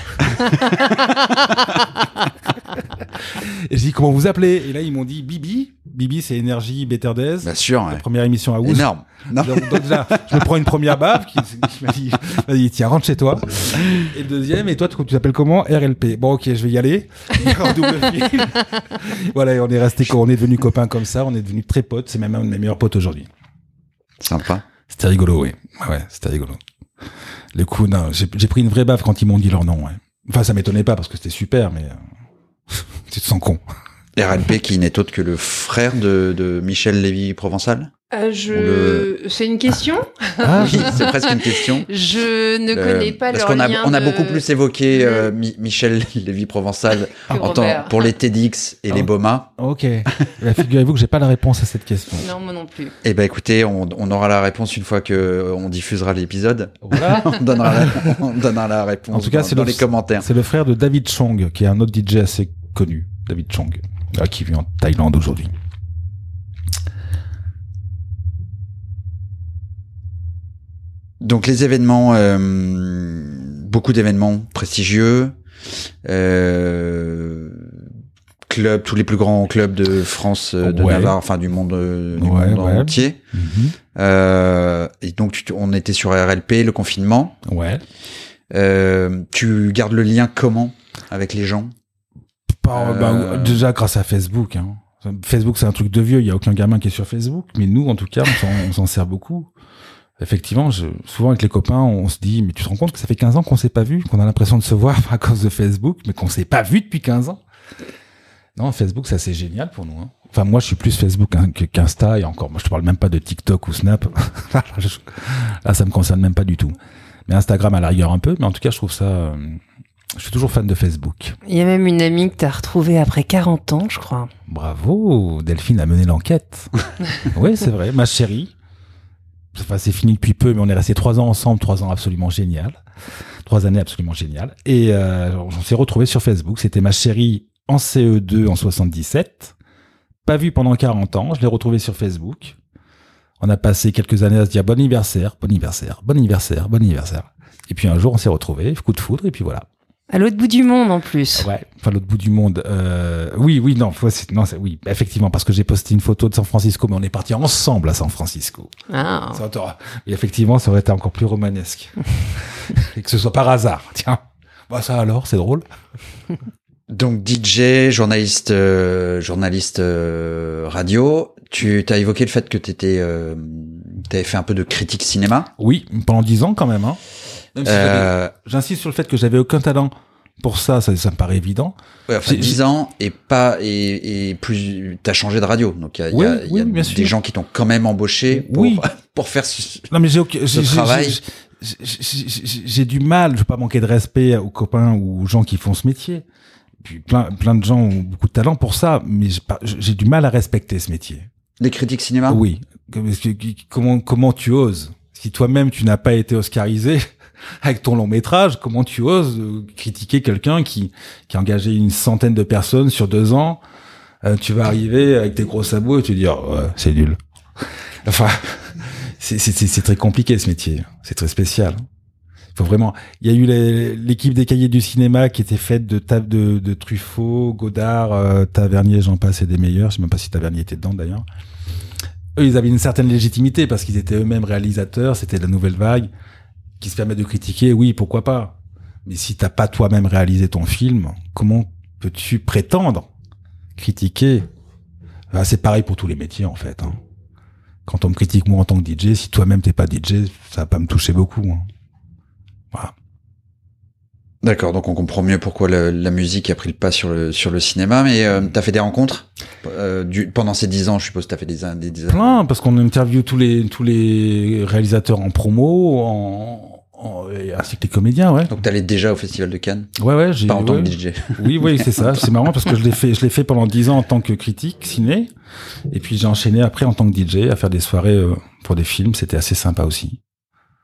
Et j'ai dit comment vous appelez, et là ils m'ont dit Bibi. Bibi c'est Énergie Better Days. Bien sûr. La Ouais. première émission à Ouz. Énorme. Non. Donc, donc déjà, je me prends une première baffe qui, qui m'a dit, vas-y, tiens, rentre chez toi. Et le deuxième, et toi, tu, tu t'appelles comment? R L P. Bon, ok, je vais y aller. En double fil. Voilà, et on est resté, on est devenus copains comme ça, on est devenus très potes. C'est même un de mes meilleurs potes aujourd'hui. Sympa. C'était rigolo, oui. Ouais, c'était rigolo. Le coup, non, j'ai, j'ai pris une vraie baffe quand ils m'ont dit leur nom, ouais. Enfin, ça m'étonnait pas parce que c'était super, mais euh, tu te sens con. R L P qui n'est autre que le frère de, de Michel Lévy-Provençal. Euh, je... Le- C'est une question. Ah, Oui, c'est presque une question. Je ne Euh, connais pas parce leur qu'on a, lien on a de- beaucoup plus évoqué de- euh, Mi- Michel Lévy-Provençal que en tant, Robert. pour les TEDx et Ah. les BOMA. ok. Bah, figurez-vous que j'ai pas la réponse à cette question. Non, moi non plus. Eh ben écoutez, on, on aura la réponse une fois que euh, on diffusera l'épisode. Voilà. on, donnera la, on donnera la réponse En tout cas, dans, c'est dans le- les commentaires. C'est le frère de David Chong, qui est un autre D J assez connu. David Chong, là, qui vit en Thaïlande aujourd'hui. Donc les événements, euh, beaucoup d'événements prestigieux, euh, clubs, tous les plus grands clubs de France, euh, de Ouais. Navarre, enfin du monde, euh, du Ouais, monde ouais. entier. Mhm. Euh, et donc tu- on était sur R L P, le confinement. Ouais. Euh, tu gardes le lien comment avec les gens? Par- Euh, bah, déjà grâce à Facebook. Hein. Facebook, c'est un truc de vieux. Il y a aucun gamin qui est sur Facebook, mais nous, en tout cas, on s'en, on s'en sert beaucoup. Effectivement, je, souvent avec les copains, on se dit, mais tu te rends compte que ça fait quinze ans qu'on s'est pas vu, qu'on a l'impression de se voir à cause de Facebook, mais qu'on s'est pas vu depuis quinze ans. Non, Facebook, ça c'est génial pour nous. Hein. Enfin, moi, je suis plus Facebook hein, que- qu'Insta, et encore, moi, je te parle même pas de TikTok ou Snap. Là, ça me concerne même pas du tout. Mais Instagram à la rigueur un peu, mais en tout cas, je trouve ça. Euh, je suis toujours fan de Facebook. Il y a même une amie que tu as retrouvée après quarante ans, je crois. Bravo, Delphine a mené l'enquête. Oui, c'est vrai, ma chérie. Enfin, c'est fini depuis peu, mais on est resté trois ans ensemble, trois ans absolument génial, trois années absolument géniales. Et euh, on s'est retrouvés sur Facebook. C'était ma chérie en C E deux en soixante-dix-sept, pas vue pendant quarante ans. Je l'ai retrouvée sur Facebook. On a passé quelques années à se dire bon anniversaire, bon anniversaire, bon anniversaire, bon anniversaire. Et puis un jour, on s'est retrouvés, coup de foudre, et puis voilà. À l'autre bout du monde, en plus. Ouais, enfin l'autre bout du monde. Euh, oui, oui, non, faut- c'est- non, c'est- oui, effectivement, parce que j'ai posté une photo de San Francisco, mais on est partis ensemble à San Francisco. Ah. Ça t'aura- Et effectivement, ça aurait été encore plus romanesque. Et que ce soit par hasard. Tiens, bah ça alors, c'est drôle. Donc D J, journaliste, euh, journaliste euh, radio. Tu as évoqué le fait que tu étais, euh, t'avais fait un peu de critique cinéma. Oui, pendant dix ans quand même. Hein. Même si j'avais- Euh, J'insiste sur le fait que j'avais aucun talent pour ça, ça, ça me paraît évident. ouais, enfin, J'ai- dix ans et pas et, et plus. T'as changé de radio, donc il y a, il y a- Oui, il y a oui, bien des sûr. gens qui t'ont quand même embauché pour Oui. pour faire. ce- Non mais j'ai aucun- j'ai- j'ai- travail. j'ai- j'ai- j'ai- j'ai du mal, je veux pas manquer de respect aux copains ou aux gens qui font ce métier. Puis plein plein de gens ont beaucoup de talent pour ça, mais j'ai pas- j'ai du mal à respecter ce métier. Les critiques cinéma. Oui. Comme- est-ce que- Comment comment tu oses? Si toi-même tu n'as pas été oscarisé avec ton long métrage, comment tu oses euh, critiquer quelqu'un qui qui a engagé une centaine de personnes sur deux ans? Euh, tu vas arriver avec tes gros sabots et tu dis oh, ouais, c'est nul. Enfin, c'est c'est c'est c'est très compliqué ce métier. C'est très spécial. Il faut vraiment. Il y a eu les- l'équipe des Cahiers du cinéma qui était faite de ta- de, de Truffaut, Godard, euh, Tavernier, j'en passe et des meilleurs. Je sais même pas si Tavernier était dedans d'ailleurs. Eux, ils avaient une certaine légitimité parce qu'ils étaient eux-mêmes réalisateurs. C'était la nouvelle vague qui se permet de critiquer. Oui, pourquoi pas. Mais si t'as pas toi-même réalisé ton film, comment peux-tu prétendre critiquer? Ah, c'est pareil pour tous les métiers en fait. Hein. Quand on me critique moi en tant que D J, si toi-même t'es pas D J, ça va pas me toucher beaucoup. Hein. Voilà. D'accord, donc on comprend mieux pourquoi le- la musique a pris le pas sur le sur le cinéma. Mais euh, t'as fait des rencontres euh, du, pendant ces dix ans, je suppose. T'as fait des des, des Plein, parce qu'on interviewe tous les tous les réalisateurs en promo, en, en et ainsi que les comédiens, ouais. Donc t'allais déjà au Festival de Cannes, Ouais, ouais, j'ai. pas en tant ouais. que D J. Oui, oui, c'est ça. C'est marrant parce que je l'ai fait, je l'ai fait pendant dix ans en tant que critique ciné, et puis j'ai enchaîné après en tant que D J à faire des soirées euh, pour des films. C'était assez sympa aussi.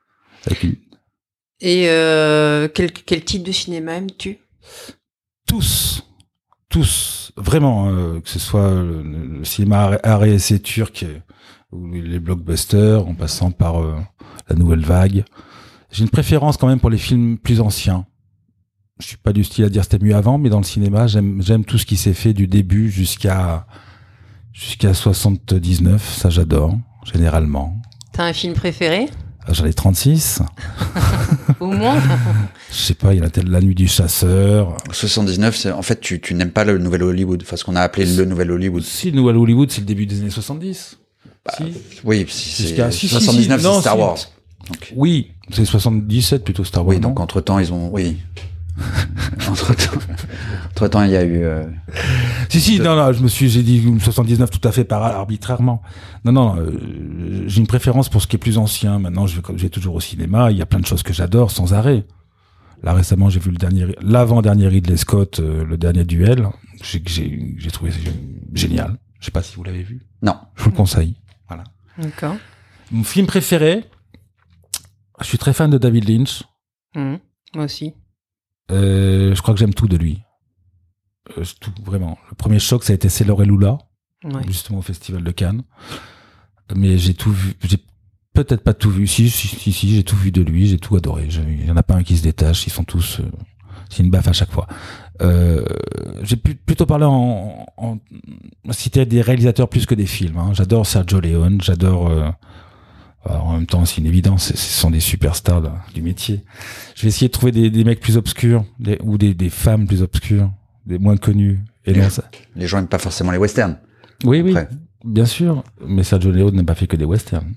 Avec une... Et euh, quel, quel type de cinéma aimes-tu ? Tous, tous, vraiment, euh, que ce soit le, le cinéma art et essai turc ou les blockbusters, en passant par euh, la nouvelle vague. J'ai une préférence quand même pour les films plus anciens. Je suis pas du style à dire c'était mieux avant, mais dans le cinéma, j'aime j'aime tout ce qui s'est fait du début jusqu'à jusqu'à soixante-dix-neuf. Ça, j'adore généralement. T'as un film préféré ? J'en ai trente-six. Au moins. Je sais pas, il y en a tel La Nuit du Chasseur. soixante-dix-neuf, c'est, en fait, tu, tu n'aimes pas le nouvel Hollywood, enfin, ce qu'on a appelé le nouvel Hollywood. Si, le nouvel Hollywood, c'est le début des années soixante-dix. Bah, si. Oui, si, Jusqu'à, c'est si, soixante-dix-neuf, si, si. c'est Non, Star si. Wars. Donc, oui, c'est soixante-dix-sept plutôt Star Wars. oui, donc non entre-temps, ils ont, oui. entre-temps, entre-temps, il y a eu, euh... Si, si, de... non, non, je me suis, j'ai dit soixante-dix-neuf tout à fait par arbitrairement. Non, non, euh, j'ai une préférence pour ce qui est plus ancien. Maintenant, je vais, comme j'ai toujours au cinéma, il y a plein de choses que j'adore sans arrêt. Là, récemment, j'ai vu le dernier, l'avant-dernier Ridley Scott, euh, le dernier Duel. J'ai, j'ai, j'ai trouvé génial. Je sais pas si vous l'avez vu. Non. Je vous le conseille. Voilà. D'accord. Mon film préféré, je suis très fan de David Lynch. Mmh, moi aussi. Euh, je crois que j'aime tout de lui. Euh, tout, vraiment. Le premier choc, ça a été Sailor et Lula, Ouais. justement au Festival de Cannes. Mais j'ai tout vu. J'ai peut-être pas tout vu. Si, si, si, si j'ai tout vu de lui. J'ai tout adoré. Je, il y en a pas un qui se détache. Ils sont tous. Euh, c'est une baffe à chaque fois. Euh, j'ai pu, plutôt parlé en, en citer des réalisateurs plus que des films. Hein. J'adore Sergio Leone. J'adore. Euh, Alors, en même temps, c'est une évidence, ce sont des superstars là, du métier. Je vais essayer de trouver des, des mecs plus obscurs, des, ou des, des femmes plus obscures, des moins connus. Et non, ça... Les gens n'aiment pas forcément les westerns. Oui, oui, Après. bien sûr. Mais Sergio Leone n'a pas fait que des westerns.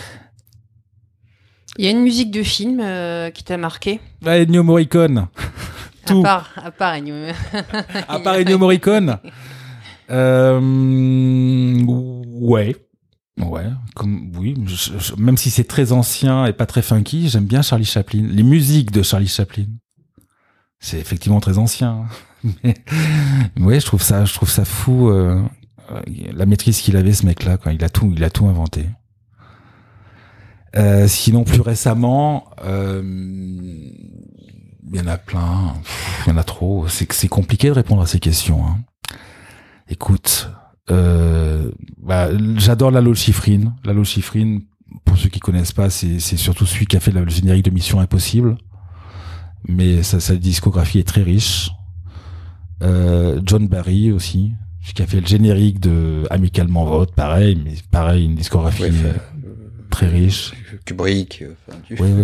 Il y a une musique de film euh, qui t'a marqué ? Ah, Ennio Morricone. Tout. À part, à part Ennio. À part Ennio Morricone. Euh, ouais. Ouais, comme oui, je, je, même si c'est très ancien et pas très funky, j'aime bien Charlie Chaplin. Les musiques de Charlie Chaplin, c'est effectivement très ancien, mais ouais, je trouve ça, je trouve ça fou euh, la maîtrise qu'il avait ce mec-là. Quand il a tout, il a tout inventé. Euh, sinon, plus récemment, euh, il y en a plein, pff, il y en a trop. C'est c'est compliqué de répondre à ces questions. Hein. Écoute. Euh, bah, j'adore Lalo Schifrin. Lalo Schifrin, pour ceux qui connaissent pas, c'est, c'est surtout celui qui a fait le générique de Mission Impossible. Mais sa, sa discographie est très riche. Euh, John Barry aussi, qui a fait le générique de Amicalement Vôtre, pareil, mais pareil, une discographie Ouais, fait, euh, très riche. Kubrick. Euh, enfin, tu... Oui, oui.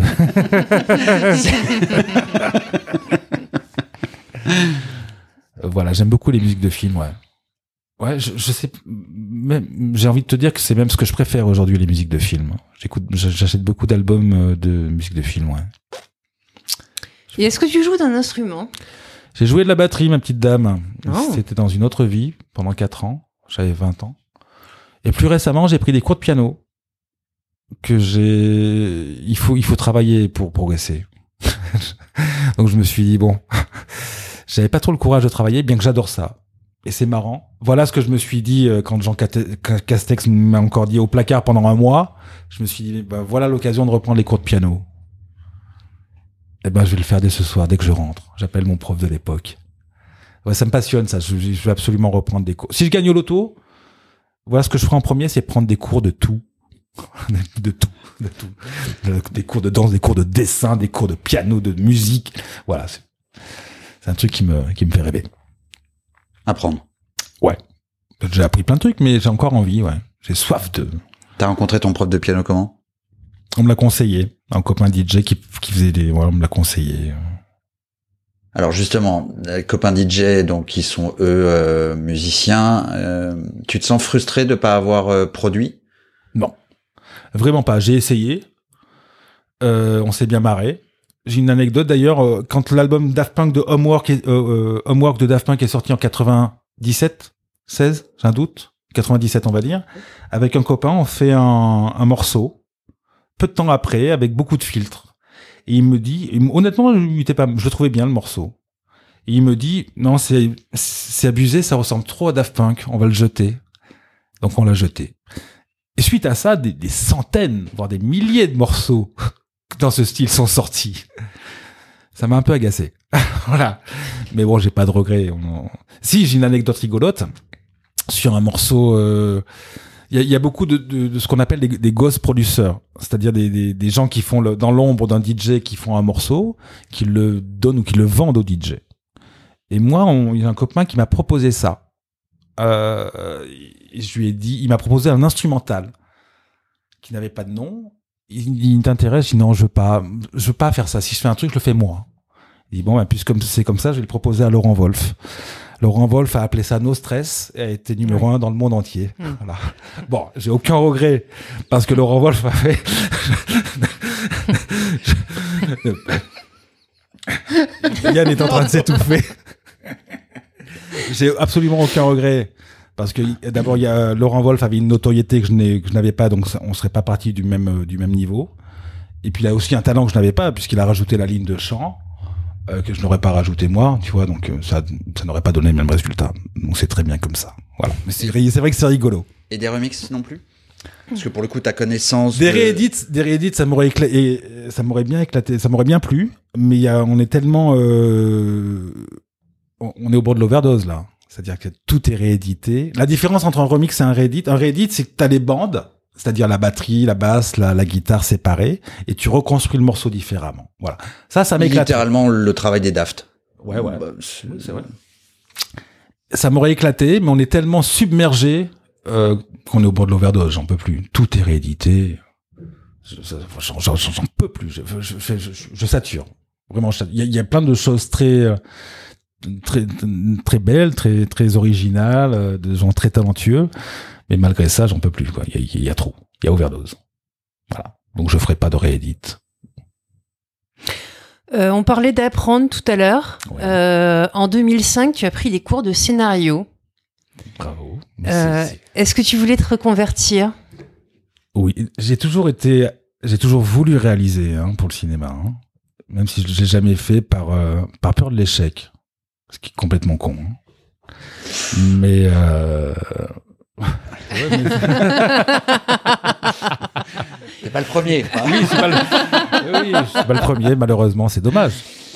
Voilà, j'aime beaucoup les musiques de films, ouais. Ouais, je, je sais, même, j'ai envie de te dire que c'est même ce que je préfère aujourd'hui, les musiques de films. J'écoute, j'achète beaucoup d'albums de musique de film, ouais. Et est-ce que tu joues d'un instrument ? J'ai joué de la batterie, ma petite dame. Oh. C'était dans une autre vie, pendant quatre ans. J'avais vingt ans. Et plus récemment, j'ai pris des cours de piano. Que j'ai, il faut, il faut travailler pour progresser. Donc je me suis dit, bon, j'avais pas trop le courage de travailler, bien que j'adore ça. Et c'est marrant. Voilà ce que je me suis dit euh, quand Jean Castex m'a encore dit au placard pendant un mois. Je me suis dit, bah, voilà l'occasion de reprendre les cours de piano. Eh ben, je vais le faire dès ce soir, dès que je rentre. J'appelle mon prof de l'époque. Ouais, ça me passionne, ça. Je, je vais absolument reprendre des cours. Si je gagne au loto, voilà ce que je ferai en premier, c'est prendre des cours de tout. de tout. De tout. Des cours de danse, des cours de dessin, des cours de piano, de musique. Voilà. C'est, c'est un truc qui me, qui me fait rêver. Apprendre. Ouais. J'ai appris plein de trucs, mais j'ai encore envie, ouais. J'ai soif de... T'as rencontré ton prof de piano comment ? On me l'a conseillé. Un copain D J qui, qui faisait des... Ouais, on me l'a conseillé. Alors justement, les copains D J, donc, qui sont eux euh, musiciens, euh, tu te sens frustré de pas avoir euh, produit ? Non. Vraiment pas. J'ai essayé. Euh, on s'est bien marré. J'ai une anecdote d'ailleurs, euh, quand l'album Daft Punk de Homework, est, euh, euh, Homework de Daft Punk est sorti en quatre-vingt-dix-sept, seize, j'ai un doute, quatre-vingt-dix-sept on va dire, avec un copain on fait un, un morceau, peu de temps après, avec beaucoup de filtres. Et il me dit, et honnêtement, il était pas, je le trouvais bien le morceau. Et il me dit, non, c'est, c'est abusé, ça ressemble trop à Daft Punk, on va le jeter. Donc on l'a jeté. Et suite à ça, des, des centaines, voire des milliers de morceaux dans ce style sont sortis. Ça m'a un peu agacé. Voilà. Mais bon, j'ai pas de regrets. On... Si, j'ai une anecdote rigolote sur un morceau. Euh... Il y a, il y a beaucoup de, de, de ce qu'on appelle des, des ghost producers, c'est-à-dire des, des, des gens qui font le, dans l'ombre d'un D J qui font un morceau, qui le donnent ou qui le vendent au D J. Et moi, on, il y a un copain qui m'a proposé ça. Euh, je lui ai dit, il m'a proposé un instrumental qui n'avait pas de nom. Il, il t'intéresse? Je dis non, je veux pas, je veux pas faire ça. Si je fais un truc, je le fais moi. Il dit bon, ben, puisque c'est comme ça, je vais le proposer à Laurent Wolf. Laurent Wolf a appelé ça No Stress et a été numéro oui. un dans le monde entier. Mmh. Voilà. Bon, j'ai aucun regret parce que Laurent Wolf a fait. Yann est en train de s'étouffer. J'ai absolument aucun regret parce que d'abord, il y a Laurent Wolf avait une notoriété que je n'ai, que je n'avais pas, donc on serait pas parti du même du même niveau. Et puis il a aussi un talent que je n'avais pas puisqu'il a rajouté la ligne de chant. Euh, que je n'aurais pas rajouté moi, tu vois, donc euh, ça, ça n'aurait pas donné le même résultat. Donc c'est très bien comme ça. Voilà. Mais c'est, c'est vrai que c'est rigolo. Et des remixes non plus? Parce que pour le coup, ta connaissance. Des de... réédits, des réédits, ça m'aurait éclaté, ça m'aurait bien éclaté, ça m'aurait bien plu. Mais il y a, on est tellement, euh, on est au bord de l'overdose là. C'est-à-dire que tout est réédité. La différence entre un remix et un réédit, un réédit, c'est que t'as les bandes. C'est-à-dire la batterie, la basse, la, la guitare séparées, et tu reconstruis le morceau différemment. Voilà. Ça, ça m'éclate. Littéralement le travail des Daft. Ouais, ouais. Bah, c'est, c'est vrai. Ça m'aurait éclaté, mais on est tellement submergé euh, qu'on est au bord de l'overdose. J'en peux plus. Tout est réédité. Je, ça, j'en, j'en, j'en peux plus. Je, je, je, je, je sature. Vraiment, il y, y a plein de choses très, très, très belles, très, très originales, de gens très talentueux. Mais malgré ça, j'en peux plus, quoi. Il y a, il y a trop. Il y a overdose. Voilà. Donc, je ferai pas de réédit. Euh, on parlait d'apprendre tout à l'heure. Ouais. Euh, en deux mille cinq, tu as pris des cours de scénario. Bravo. Euh, c'est, c'est... Est-ce que tu voulais te reconvertir? Oui. J'ai toujours été, j'ai toujours voulu réaliser, hein, pour le cinéma, hein. Même si je l'ai jamais fait par, euh, par peur de l'échec. Ce qui est complètement con, hein. Mais, euh, ouais, mais... c'est pas le premier. Hein. Oui, c'est pas le... oui, c'est pas le premier. Malheureusement, c'est dommage.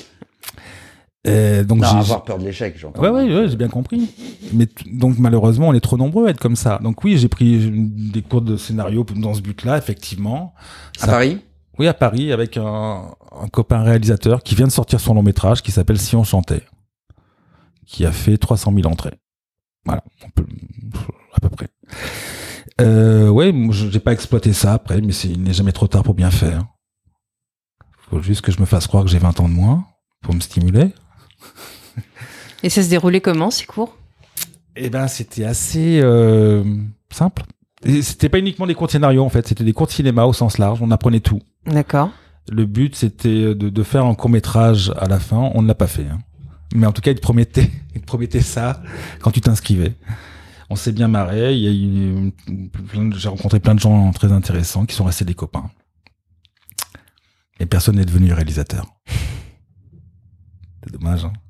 Et donc, non, j'ai avoir peur de l'échec, j'entends. Ouais, ouais, ouais, j'ai bien compris. Mais t- donc, malheureusement, on est trop nombreux à être comme ça. Donc, oui, j'ai pris des cours de scénario dans ce but-là, effectivement. À ça... Paris? Oui, à Paris, avec un, un copain réalisateur qui vient de sortir son long métrage, qui s'appelle Si on chantait, qui a fait trois cent mille entrées. Voilà, on peut, à peu près. Euh, ouais, j'ai pas exploité ça après, mais c'est, il n'est jamais trop tard pour bien faire. Faut juste que je me fasse croire que j'ai vingt ans de moins pour me stimuler. Et ça se déroulait comment, ces cours? Eh ben, c'était assez euh, simple. Et c'était pas uniquement des cours de scénario, en fait, c'était des cours de cinéma au sens large. On apprenait tout. D'accord. Le but, c'était de, de faire un court métrage à la fin. On ne l'a pas fait, hein. Mais en tout cas, il te promettait, il te promettait ça quand tu t'inscrivais. On s'est bien marré. Il y a eu, plein de, j'ai rencontré plein de gens très intéressants qui sont restés des copains. Et personne n'est devenu réalisateur. C'est dommage, hein.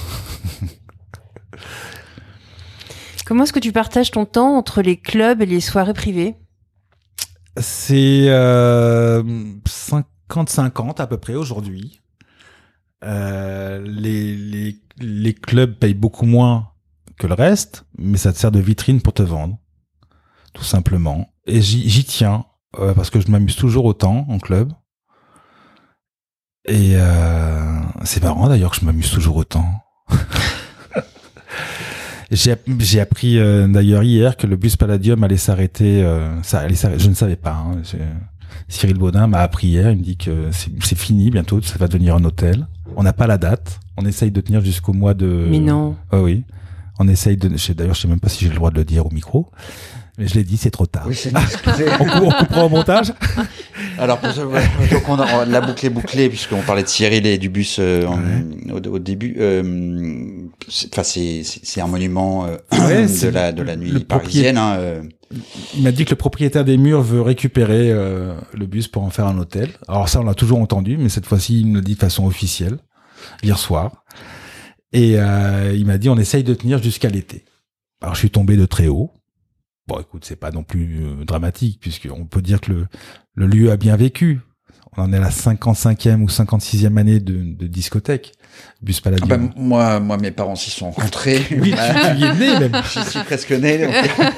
Comment est-ce que tu partages ton temps entre les clubs et les soirées privées? C'est euh, cinquante cinquante à peu près aujourd'hui. Euh, les, les, les clubs payent beaucoup moins que le reste, mais ça te sert de vitrine pour te vendre, tout simplement. Et j'y, j'y tiens, euh, parce que je m'amuse toujours autant en club. Et euh, c'est marrant d'ailleurs que je m'amuse toujours autant. J'ai, j'ai appris euh, d'ailleurs hier que le bus Palladium allait s'arrêter. Euh, ça allait s'arrêter. Je ne savais pas. Hein. Cyril Baudin m'a appris hier. Il me dit que c'est, c'est fini bientôt. Ça va devenir un hôtel. On n'a pas la date. On essaye de tenir jusqu'au mois de. Mais non. Oh oui. On essaye de. Je sais, d'ailleurs, je sais même pas si j'ai le droit de le dire au micro. Mais je l'ai dit, c'est trop tard. Oui, c'est on, coupe, on coupera au montage. Alors, pour ça, ouais, donc on a la boucle est bouclée puisqu'on parlait de Cyril et du bus euh, en, ouais. au, au début. Euh, Enfin, c'est, c'est c'est un monument euh, ouais, de la de la nuit parisienne. Hein, euh. Il m'a dit que le propriétaire des murs veut récupérer euh, le bus pour en faire un hôtel. Alors ça, on l'a toujours entendu, mais cette fois-ci, il me le dit de façon officielle hier soir. Et euh, il m'a dit, on essaye de tenir jusqu'à l'été. Alors je suis tombé de très haut. Bon, écoute, c'est pas non plus euh, dramatique, puisqu'on peut dire que le, le lieu a bien vécu. On en est à la cinquante-cinquième ou cinquante-sixième année de, de discothèque. Bus Palladium. Ah bah, moi, moi, mes parents s'y sont rencontrés. Oui, tu, tu y es né même. Je suis presque né. Donc...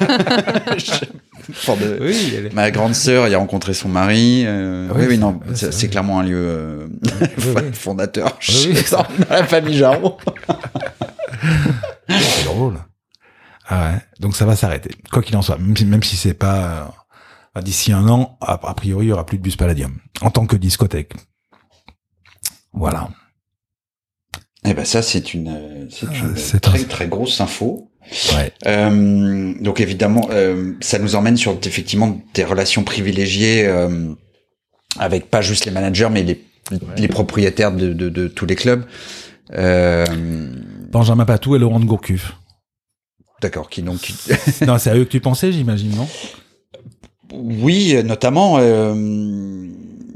de... Oui, elle est... Ma grande sœur y a rencontré son mari. Euh... Oui, oui, oui, non, c'est, c'est clairement un lieu euh... oui, oui. fondateur oui, oui. dans la famille Jarreau. C'est drôle. Ah ouais. Donc ça va s'arrêter. Quoi qu'il en soit, même si, même si c'est pas euh, d'ici un an, a, a priori, il y aura plus de Bus Palladium en tant que discothèque. Voilà. Eh ben ça, c'est une, c'est une euh, c'est très un... très grosse info. Ouais. Euh, donc évidemment, euh, ça nous emmène sur effectivement des relations privilégiées euh, avec pas juste les managers, mais les, ouais. les propriétaires de, de, de tous les clubs. Euh... Benjamin Patou et Laurent de Gourcuff. D'accord, qui donc. Non, c'est à eux que tu pensais, j'imagine, non? Oui, notamment. Euh...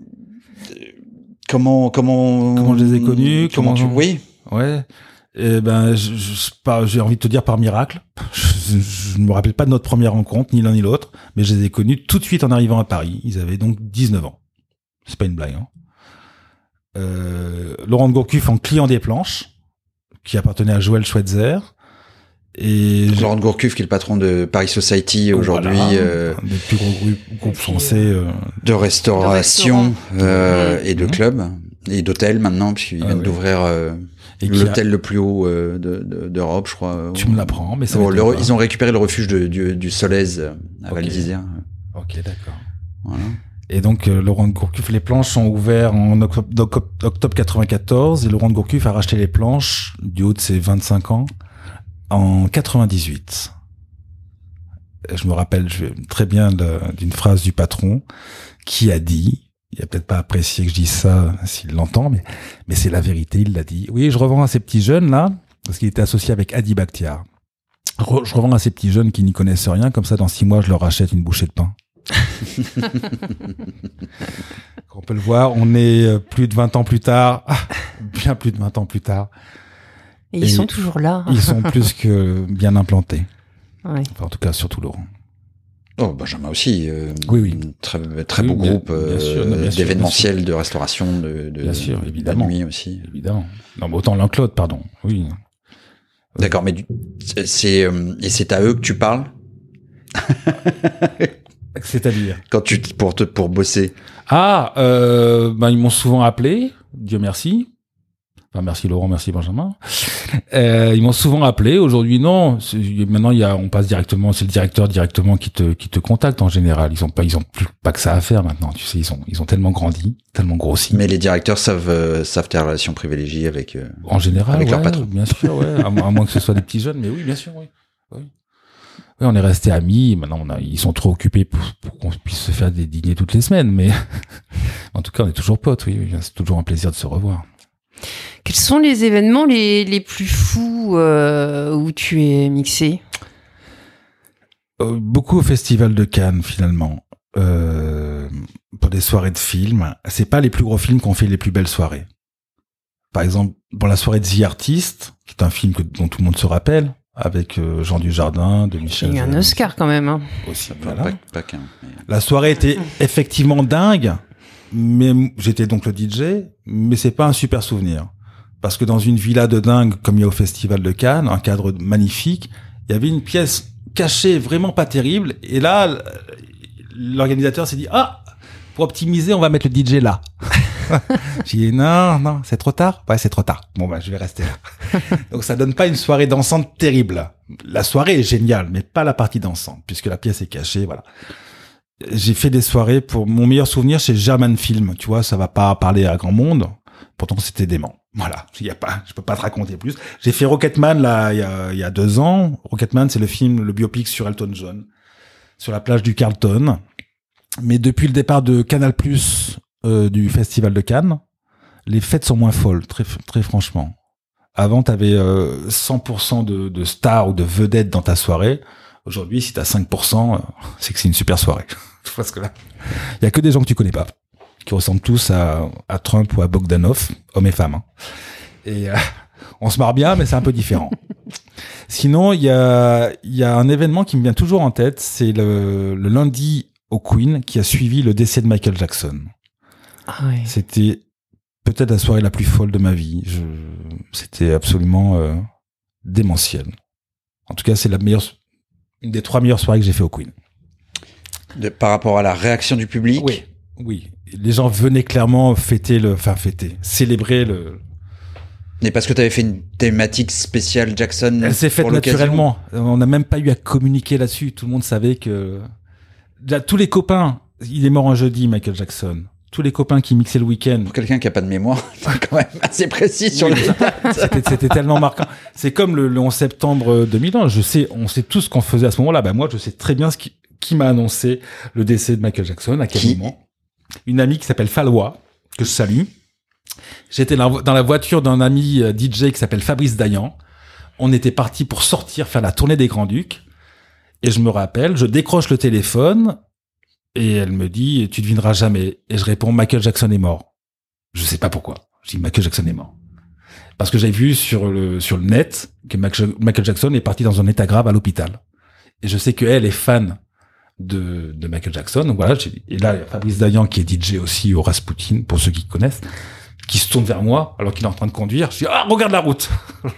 Comment comment comment je les ai connus? Comment, comment tu oui. Ouais. Eh ben, je, je, pas, j'ai envie de te dire par miracle. Je, je ne me rappelle pas de notre première rencontre, ni l'un ni l'autre, mais je les ai connus tout de suite en arrivant à Paris. Ils avaient donc dix-neuf ans. C'est pas une blague, hein. Euh, Laurent de Gourcuff en client des planches, qui appartenait à Joël Schweitzer. Et donc, Laurent de Gourcuff, qui est le patron de Paris Society aujourd'hui, voilà, euh, un des plus gros groupes, groupes français euh, de restauration de euh, et de mmh. clubs et d'hôtels maintenant, puisqu'ils ah, viennent oui. d'ouvrir euh, l'hôtel a... le plus haut euh, de, de, d'Europe, je crois. Tu me l'apprends, mais ça. Bon, le, ils ont récupéré le refuge de, du, du Solèze à okay. Val d'Isère. Ok, d'accord. Voilà. Et donc, euh, Laurent de Gourcuff, les planches sont ouvertes en octobre, octobre quatre-vingt-quatorze, et Laurent de Gourcuff a racheté les planches du haut de ses vingt-cinq ans en quatre-vingt-dix-huit. Et je me rappelle je, très bien de, d'une phrase du patron qui a dit, il a peut-être pas apprécié que je dise ça s'il l'entend, mais, mais c'est la vérité, il l'a dit. Oui, je revends à ces petits jeunes là, parce qu'il était associé avec Adi Bakhtiar. Re, je revends à ces petits jeunes qui n'y connaissent rien, comme ça dans six mois je leur achète une bouchée de pain. On peut le voir, on est plus de vingt ans plus tard, bien plus de vingt ans plus tard. Et, et ils sont toujours là. Ils sont plus que bien implantés. Ouais. Enfin, en tout cas, surtout Laurent. Oh, Benjamin aussi. Euh, oui, oui. Très, très oui, beau bien, groupe bien sûr, euh, bien d'événementiel, sûr. de restauration, de, de, bien sûr, évidemment. de nuit aussi. Évidemment. Non, mais autant l'un que l'autre, pardon. Oui. D'accord, mais du, c'est, euh, et c'est à eux que tu parles? C'est-à-dire? Quand tu, pour te, pour bosser. Ah, euh, ben, ils m'ont souvent appelé. Dieu merci. Enfin, merci Laurent, merci Benjamin. Euh, ils m'ont souvent appelé. Aujourd'hui, non. C'est, maintenant, il y a, on passe directement. C'est le directeur directement qui te, qui te contacte en général. Ils ont pas, ils ont plus pas que ça à faire maintenant. Tu sais, ils ont, ils ont tellement grandi, tellement grossi. Mais les directeurs savent, euh, savent tes relations privilégiées avec. Euh, en général, avec ouais, leur patron. Bien sûr, ouais. à, à moins que ce soit des petits jeunes, mais oui, bien sûr, oui. oui. Oui, on est restés amis. Maintenant, on a, ils sont trop occupés pour, pour qu'on puisse se faire des dîners toutes les semaines. Mais en tout cas, on est toujours potes. Oui, oui, c'est toujours un plaisir de se revoir. Quels sont les événements les, les plus fous euh, où tu es mixé? euh, Beaucoup au Festival de Cannes, finalement. Euh, pour des soirées de films. C'est pas les plus gros films qu'on fait les plus belles soirées. Par exemple, pour la soirée de The Artist, qui est un film que, dont tout le monde se rappelle, avec euh, Jean Dujardin, de Michel. Il y a un Oscar quand même. Hein. Aussi, voilà. pas, pas qu'un, mais... La soirée était effectivement dingue, mais j'étais donc le D J, mais c'est pas un super souvenir. Parce que dans une villa de dingue, comme il y a au Festival de Cannes, un cadre magnifique, il y avait une pièce cachée vraiment pas terrible, et là, l'organisateur s'est dit, ah, pour optimiser, on va mettre le D J là. J'ai dit, non, non, c'est trop tard? Ouais, c'est trop tard. Bon, bah, je vais rester là. Donc, ça donne pas une soirée dansante terrible. La soirée est géniale, mais pas la partie dansante, puisque la pièce est cachée, voilà. J'ai fait des soirées pour, mon meilleur souvenir, c'est German Film. Tu vois, ça va pas parler à grand monde. Pourtant, c'était dément. Voilà. Il y a pas, je peux pas te raconter plus. J'ai fait Rocketman, là, il y a, il y a deux ans. Rocketman, c'est le film, le biopic sur Elton John. Sur la plage du Carlton. Mais depuis le départ de Canal+, Euh, du Festival de Cannes, les fêtes sont moins folles, très, très franchement. Avant, t'avais euh, cent pour cent de, de stars ou de vedettes dans ta soirée. Aujourd'hui, si t'as cinq pour cent, euh, c'est que c'est une super soirée. Parce que là, il y a que des gens que tu connais pas, qui ressemblent tous à, à Trump ou à Bogdanov, hommes et femmes. Hein. Et euh, on se marre bien, mais c'est un peu différent. Sinon, il y a, il y a un événement qui me vient toujours en tête, c'est le, le lundi au Queen qui a suivi le décès de Michael Jackson. Ah ouais. C'était peut-être la soirée la plus folle de ma vie. Je... C'était absolument euh, démentiel. En tout cas, c'est la meilleure, une des trois meilleures soirées que j'ai fait au Queen. De, par rapport à la réaction du public. Oui, oui. Les gens venaient clairement fêter le, enfin fêter, célébrer le. Mais parce que tu avais fait une thématique spéciale Jackson. Elle s'est faite naturellement. On n'a même pas eu à communiquer là-dessus. Tout le monde savait que là, tous les copains. Il est mort un jeudi, Michael Jackson. Tous les copains qui mixaient le week-end. Pour quelqu'un qui a pas de mémoire, c'est quand même assez précis sur les dates. C'était, c'était tellement marquant. C'est comme le, le onze septembre deux mille un. Je sais, on sait tous ce qu'on faisait à ce moment-là. Ben moi, je sais très bien ce qui, qui m'a annoncé le décès de Michael Jackson, à quel qui moment. Une amie qui s'appelle Falwa, que je salue. J'étais dans la voiture d'un ami D J qui s'appelle Fabrice Dayan. On était parti pour sortir, faire la tournée des Grands-Ducs. Et je me rappelle, je décroche le téléphone et elle me dit « Tu devineras jamais ». Et je réponds « Michael Jackson est mort ». Je sais pas pourquoi. Je dis « Michael Jackson est mort ». Parce que j'avais vu sur le, sur le net que Michael Jackson est parti dans un état grave à l'hôpital. Et je sais qu'elle est fan de, de Michael Jackson. Donc voilà, et là, il y a Fabrice Dayan qui est D J aussi au Rasputin, pour ceux qui connaissent, qui se tourne vers moi alors qu'il est en train de conduire. Je dis ah regarde la route.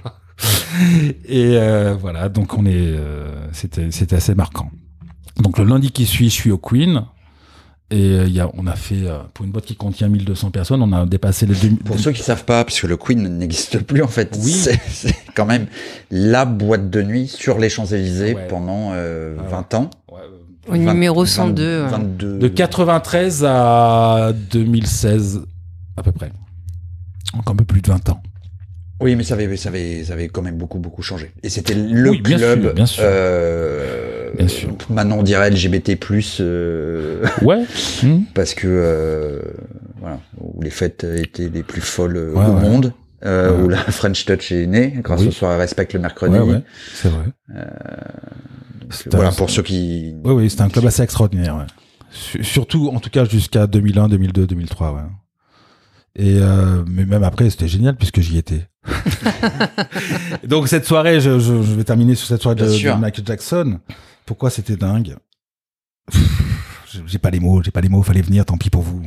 Et euh, voilà, donc on est, euh, c'était c'était assez marquant. Donc le lundi qui suit, je suis au Queen et il euh, y a, on a fait euh, pour une boîte qui contient mille deux cents personnes, on a dépassé les deux. Pour ceux qui savent pas, parce que le Queen n'existe plus en fait. Oui. C'est, c'est quand même la boîte de nuit sur les Champs-Élysées ouais. pendant euh, ah ouais. vingt ans. Ouais. Au numéro cent deux. vingt-deux De quatre-vingt-treize à deux mille seize à peu près. Donc un peu plus de vingt ans. Oui, mais ça avait, ça avait, ça avait quand même beaucoup, beaucoup changé. Et c'était le oui, bien club. Sûr, bien sûr. Euh, bien sûr. Maintenant, on dirait L G B T plus. Euh, ouais. Parce que euh, voilà, où les fêtes étaient les plus folles ouais, au ouais. monde, euh, ouais. où la French Touch est née, grâce oui. au soir Respect le mercredi. Ouais, ouais. C'est vrai. Euh, voilà un, pour ceux qui. Oui, oui, c'était un club assez extraordinaire. Ouais. Surtout, en tout cas, jusqu'à deux mille un, deux mille deux, deux mille trois. Ouais. Et euh, mais même après, c'était génial puisque j'y étais. Donc cette soirée, je, je, je vais terminer sur cette soirée de, de Michael Jackson. Pourquoi c'était dingue? J'ai pas les mots, j'ai pas les mots. Fallait venir, tant pis pour vous.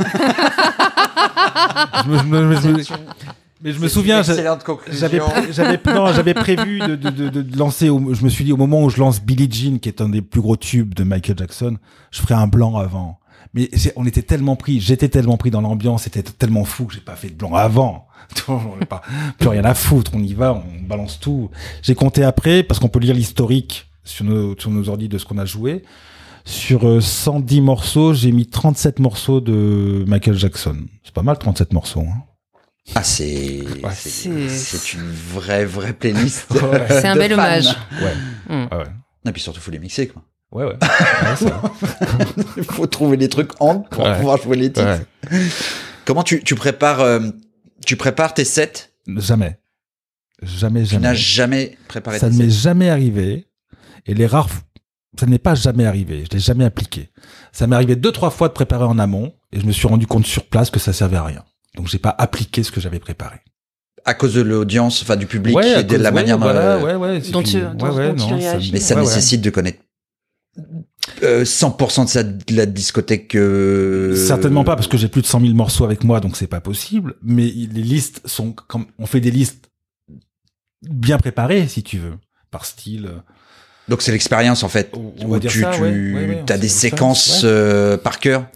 je me, je me, je me, mais je me souviens, j'avais, j'avais, non, j'avais prévu de, de, de, de lancer. Au, je me suis dit au moment où je lance Billie Jean, qui est un des plus gros tubes de Michael Jackson, je ferai un blanc avant. Mais on était tellement pris, j'étais tellement pris dans l'ambiance, c'était tellement fou que j'ai pas fait de blanc avant. On n'a pas plus rien à foutre, on y va, on balance tout. J'ai compté après parce qu'on peut lire l'historique sur nos sur nos ordi de ce qu'on a joué. Sur cent dix morceaux, j'ai mis trente-sept morceaux de Michael Jackson. C'est pas mal, trente-sept morceaux. Hein. Ah, c'est, ouais. c'est, c'est c'est une vraie vraie playlist. Ouais. C'est un bel fans. hommage. Ouais. Mm. Ah ouais. Et puis surtout, faut les mixer quoi. Ouais, ouais. ouais ça. Il faut trouver les trucs en pour ouais. pouvoir jouer les titres. Ouais. Comment tu, tu prépares, euh, tu prépares tes sets? Jamais. Jamais, jamais. Tu n'as jamais préparé ça tes sets? Ça ne m'est jamais arrivé. Et les rares, ça n'est pas jamais arrivé. Je l'ai jamais appliqué. Ça m'est arrivé deux, trois fois de préparer en amont et je me suis rendu compte sur place que ça servait à rien. Donc, j'ai pas appliqué ce que j'avais préparé. À cause de l'audience, enfin, du public ouais, et de la ouais, manière voilà, dont, ouais, ouais, dont tu, ouais, dont, ouais, dont non, tu réagis. Mais ça ouais, nécessite ouais. de connaître Euh, cent pour cent de, sa, de la discothèque euh... Certainement pas parce que j'ai plus de cent mille morceaux avec moi donc c'est pas possible, mais les listes sont comme on fait des listes bien préparées si tu veux par style. Donc c'est l'expérience en fait on où tu, ça, tu ouais, ouais, ouais, as des séquences ouais. euh, par cœur.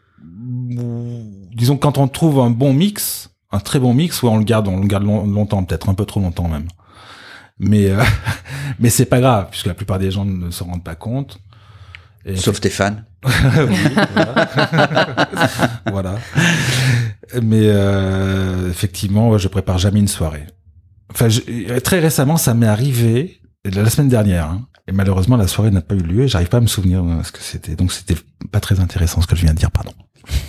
Disons que quand on trouve un bon mix, un très bon mix, ouais, on le garde on le garde long, longtemps, peut-être un peu trop longtemps même. Mais euh, mais c'est pas grave puisque la plupart des gens ne s'en rendent pas compte. Et sauf tes fans. oui, voilà. voilà. Mais euh, effectivement, je prépare jamais une soirée. Enfin, je, très récemment, ça m'est arrivé la semaine dernière. Hein, et malheureusement, la soirée n'a pas eu lieu. Et j'arrive pas à me souvenir de ce que c'était. Donc, c'était pas très intéressant ce que je viens de dire. Pardon.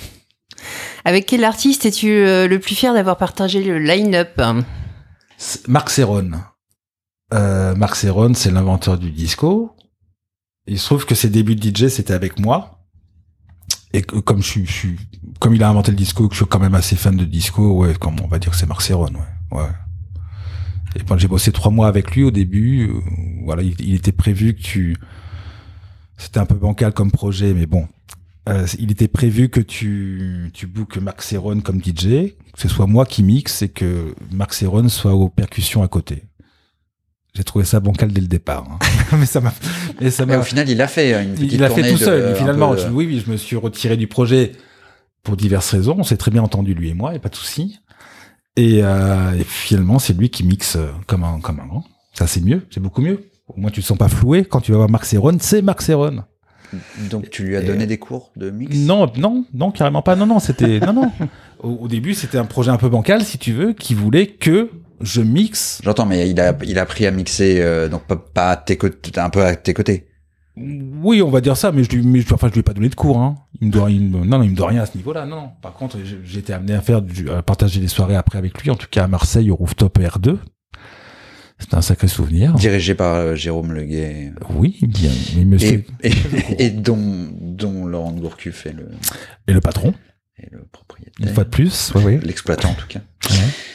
Avec quel artiste es-tu le plus fier d'avoir partagé le line-up? Marc Serron. Euh, Marc Serron, c'est l'inventeur du disco. Il se trouve que ses débuts de D J, c'était avec moi. Et que, comme je suis, je suis, comme il a inventé le disco, que je suis quand même assez fan de disco, ouais, comme on va dire que c'est Marc Serron, ouais, ouais. Et quand j'ai bossé trois mois avec lui au début, euh, voilà, il, il était prévu que tu, c'était un peu bancal comme projet, mais bon, euh, il était prévu que tu, tu bookes Marc Serron comme D J, que ce soit moi qui mixe et que Marc Serron soit aux percussions à côté. J'ai trouvé ça bancal dès le départ. Hein. mais ça m'a, mais ça m'a. Mais au final, il a fait une petite Il a fait tout de, seul. Finalement, peu... je, oui, oui, je me suis retiré du projet pour diverses raisons. On s'est très bien entendu lui et moi, il n'y a pas de souci. Et, euh, et finalement, c'est lui qui mixe comme un, comme un grand. Ça, c'est mieux, c'est beaucoup mieux. Au moins, tu te sens pas floué. Quand tu vas voir Marc Serron, c'est Marc Serron. Donc, tu lui as donné et... des cours de mix? Non, non, non, carrément pas. Non, non, c'était, non, non. Au, au début, c'était un projet un peu bancal, si tu veux, qui voulait que je mixe. J'entends, mais il a, il a appris à mixer, euh, donc pas, pas à tes côtés, un peu à tes côtés. Oui, on va dire ça, mais je lui, mais je, enfin, je lui ai pas donné de cours, hein. Il me doit, il me, non, non, il me doit rien à ce niveau-là, non, non. Par contre, j'ai été amené à faire du, à partager des soirées après avec lui, en tout cas à Marseille, au Rooftop R deux. C'était un sacré souvenir. Dirigé par euh, Jérôme Leguet. Oui, bien, mais monsieur. Et, et, et dont, dont Laurent de Gourcuff est le. Et le patron. Et le propriétaire. Une fois de plus, oui, oui. L'exploitant, en tout cas. Ouais.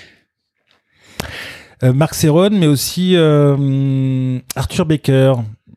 Euh, Marc Serron, mais aussi euh, Arthur Baker.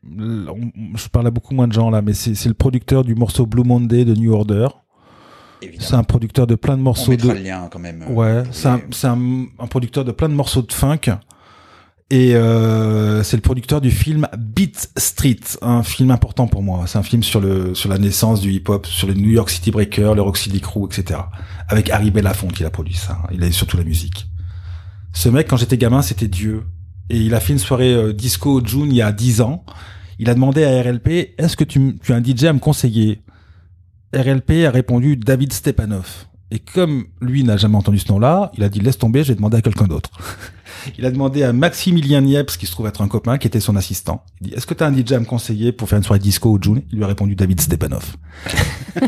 Je parle à beaucoup moins de gens là, mais c'est, c'est le producteur du morceau Blue Monday de New Order. Évidemment. C'est un producteur de plein de morceaux. On mettra de. Le lien quand même. Ouais, c'est, les... un, c'est un, un producteur de plein de morceaux de funk. Et euh, c'est le producteur du film Beat Street, un film important pour moi. C'est un film sur le sur la naissance du hip-hop, sur le New York City Breakers, le Roxy Crew, et cetera. Avec Harry Belafonte, il a produit ça. Il a surtout la musique. Ce mec, quand j'étais gamin, c'était Dieu. Et il a fait une soirée euh, disco au June il y a dix ans. Il a demandé à R L P, est-ce que tu, tu as un D J à me conseiller? R L P a répondu David Stepanov. Et comme lui n'a jamais entendu ce nom-là, il a dit laisse tomber, je vais demander à quelqu'un d'autre. Il a demandé à Maximilien Niepce, qui se trouve être un copain, qui était son assistant. Il dit est-ce que tu as un D J à me conseiller pour faire une soirée disco au June? Il lui a répondu David Stepanov. et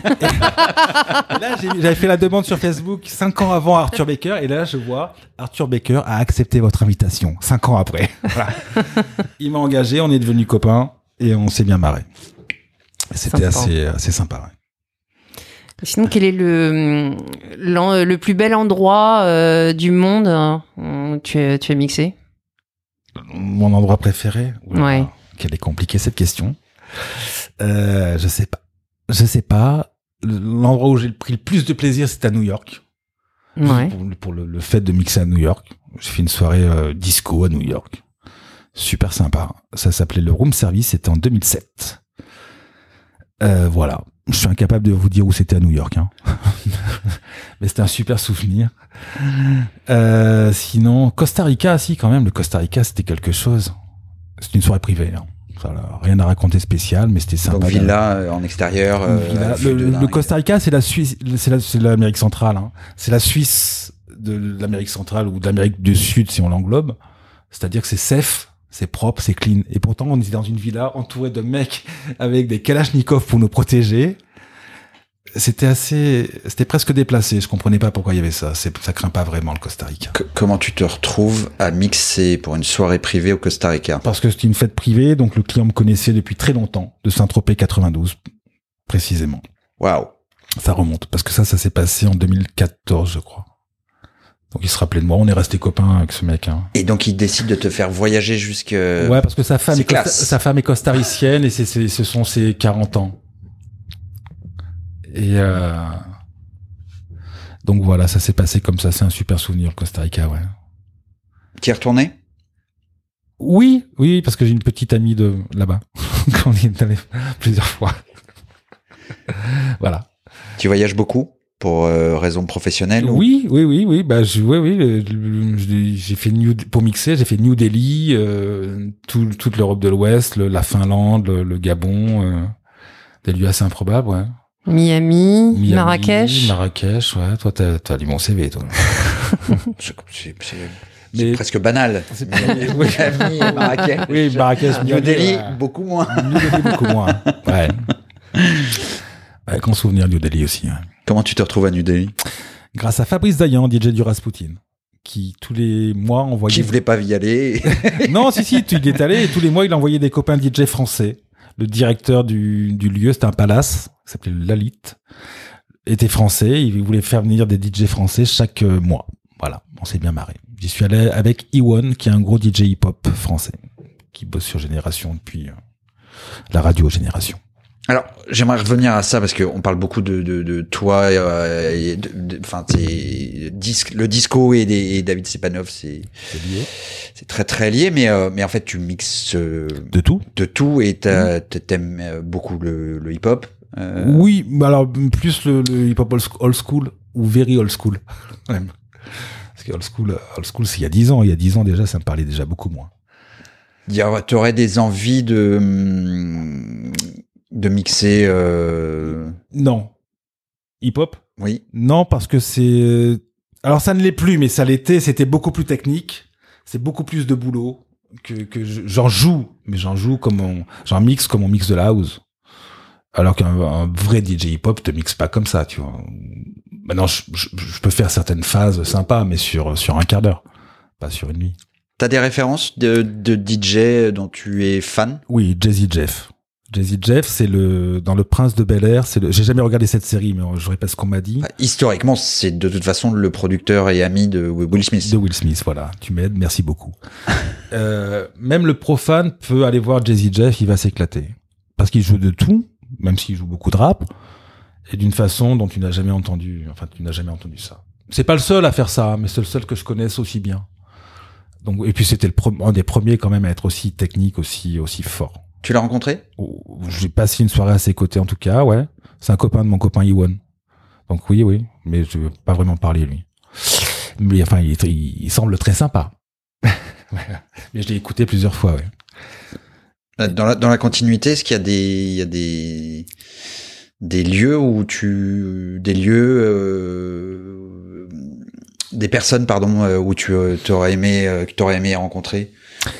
là, j'ai, j'avais fait la demande sur Facebook cinq ans avant Arthur Baker, et là, je vois Arthur Baker a accepté votre invitation cinq ans après. Voilà. Il m'a engagé, on est devenus copains et on s'est bien marré. C'était assez, assez sympa. Ouais. Sinon, quel est le, le plus bel endroit euh, du monde hein, où tu, tu as mixé? Mon endroit préféré? Ouais. ouais. Quelle est compliquée cette question. Euh, je sais pas. Je sais pas. L'endroit où j'ai pris le plus de plaisir, c'était à New York. Ouais. Pour, pour le, le fait de mixer à New York. J'ai fait une soirée euh, disco à New York. Super sympa. Ça s'appelait le Room Service. C'était en deux mille sept. Euh, voilà. Je suis incapable de vous dire où c'était à New York, hein. Mais c'était un super souvenir. Euh, sinon, Costa Rica, si quand même, le Costa Rica, c'était quelque chose. C'était une soirée privée, hein. Ça, là, rien à raconter spécial, mais c'était sympa. Donc villa euh, en extérieur. Euh, villa. Le, le, le Costa Rica, c'est la Suisse, c'est, la, c'est l'Amérique centrale, hein. C'est la Suisse de l'Amérique centrale ou de l'Amérique du Sud si on l'englobe. C'est-à-dire que c'est safe. C'est propre, c'est clean. Et pourtant, on était dans une villa entourée de mecs avec des kalachnikovs pour nous protéger. C'était assez, c'était presque déplacé. Je comprenais pas pourquoi il y avait ça. C'est, ça craint pas vraiment le Costa Rica. Que, comment tu te retrouves à mixer pour une soirée privée au Costa Rica? Parce que c'était une fête privée, donc le client me connaissait depuis très longtemps, de Saint-Tropez quatre-vingt-douze, précisément. Waouh. Ça remonte. Parce que ça, ça s'est passé en deux mille quatorze, je crois. Donc il se rappelait de moi, on est resté copains avec ce mec. Hein. Et donc il décide de te faire voyager jusque... Ouais, parce que sa femme, est, costa- sa femme est costaricienne et c'est, c'est, ce sont ses quarante ans. Et euh... donc voilà, ça s'est passé comme ça, c'est un super souvenir, le Costa Rica, ouais. Tu es retourné? Oui, oui, parce que j'ai une petite amie de là-bas, qu'on est allé plusieurs fois. Voilà. Tu voyages beaucoup? Pour euh, raison professionnelle? Oui, ou... oui, oui, oui. Bah, je, oui, oui. Le, le, j'ai fait New, pour mixer, j'ai fait New Delhi, euh, tout, toute l'Europe de l'Ouest, le, la Finlande, le, le Gabon, euh, des lieux assez improbables, ouais. Miami, Miami Marrakech. Marrakech, ouais. Toi, t'as, t'as lu mon C V, toi. c'est, c'est, c'est, Mais... c'est presque banal. C'est... oui. Miami et Marrakech. Oui, Marrakech. New Delhi, ouais. Beaucoup moins. New Delhi, beaucoup moins. Ouais. Avec un souvenir New Delhi aussi, ouais. Comment tu te retrouves à New Delhi? Grâce à Fabrice Dayan, D J du Rasputin, qui tous les mois envoyait... Qui voulait pas y aller. Non, si, si, il est allé et tous les mois il envoyait des copains D J français. Le directeur du, du lieu, c'était un palace, qui s'appelait Lalit, était français, il voulait faire venir des D J français chaque mois. Voilà, on s'est bien marré. J'y suis allé avec Iwan, qui est un gros D J hip-hop français, qui bosse sur Génération depuis euh, la radio Génération. Alors, j'aimerais revenir à ça parce que on parle beaucoup de de, de toi, euh, et de, enfin, c'est disque, le disco et, des, et David Stepanov, c'est C'est lié. c'est très très lié, mais euh, mais en fait, tu mixes euh, De tout. de tout et t'as- t'aimes euh, beaucoup le, le hip-hop. Euh, Oui, mais alors plus le, le hip-hop old old school ou very old school. Même. Parce que old school, old school, c'est il y a dix ans. Il y a dix ans déjà, ça me parlait déjà beaucoup moins. Tu aurais des envies de hum, de mixer. Euh... Non. Hip-hop? Oui. Non, parce que c'est... Alors ça ne l'est plus, mais ça l'était. C'était beaucoup plus technique. C'est beaucoup plus de boulot que, que je- j'en joue. Mais j'en joue comme on... J'en mixe comme on mixe de la house. Alors qu'un un vrai D J hip-hop te mixe pas comme ça, tu vois. Maintenant, je, je, je peux faire certaines phases sympas, mais sur, sur un quart d'heure. Pas sur une nuit. T'as des références de, de D J dont tu es fan? Oui, Jazzy Jeff. Jazzy Jeff, c'est le... Dans Le Prince de Bel-Air, c'est le... J'ai jamais regardé cette série, mais je répète ce qu'on m'a dit. Enfin, historiquement, c'est de toute façon le producteur et ami de Will Smith. De Will Smith, voilà. Tu m'aides, merci beaucoup. euh, même le profane peut aller voir Jazzy Jeff, il va s'éclater. Parce qu'il joue de tout, même s'il joue beaucoup de rap, et d'une façon dont tu n'as jamais entendu, enfin, tu n'as jamais entendu ça. C'est pas le seul à faire ça, mais c'est le seul que je connaisse aussi bien. Donc, et puis c'était le pro- un des premiers quand même à être aussi technique, aussi, aussi fort. Tu l'as rencontré? J'ai passé une soirée à ses côtés en tout cas, ouais. C'est un copain de mon copain Iwan. Donc oui, oui, mais je veux pas vraiment parler lui. Mais enfin, il, il, il semble très sympa. Mais je l'ai écouté plusieurs fois, ouais. Dans la, dans la continuité, est-ce qu'il y a des, il y a des, des lieux où tu, des lieux, euh, des personnes, pardon, euh, où tu euh, t'aurais aimé, euh, que t'aurais aimé rencontrer?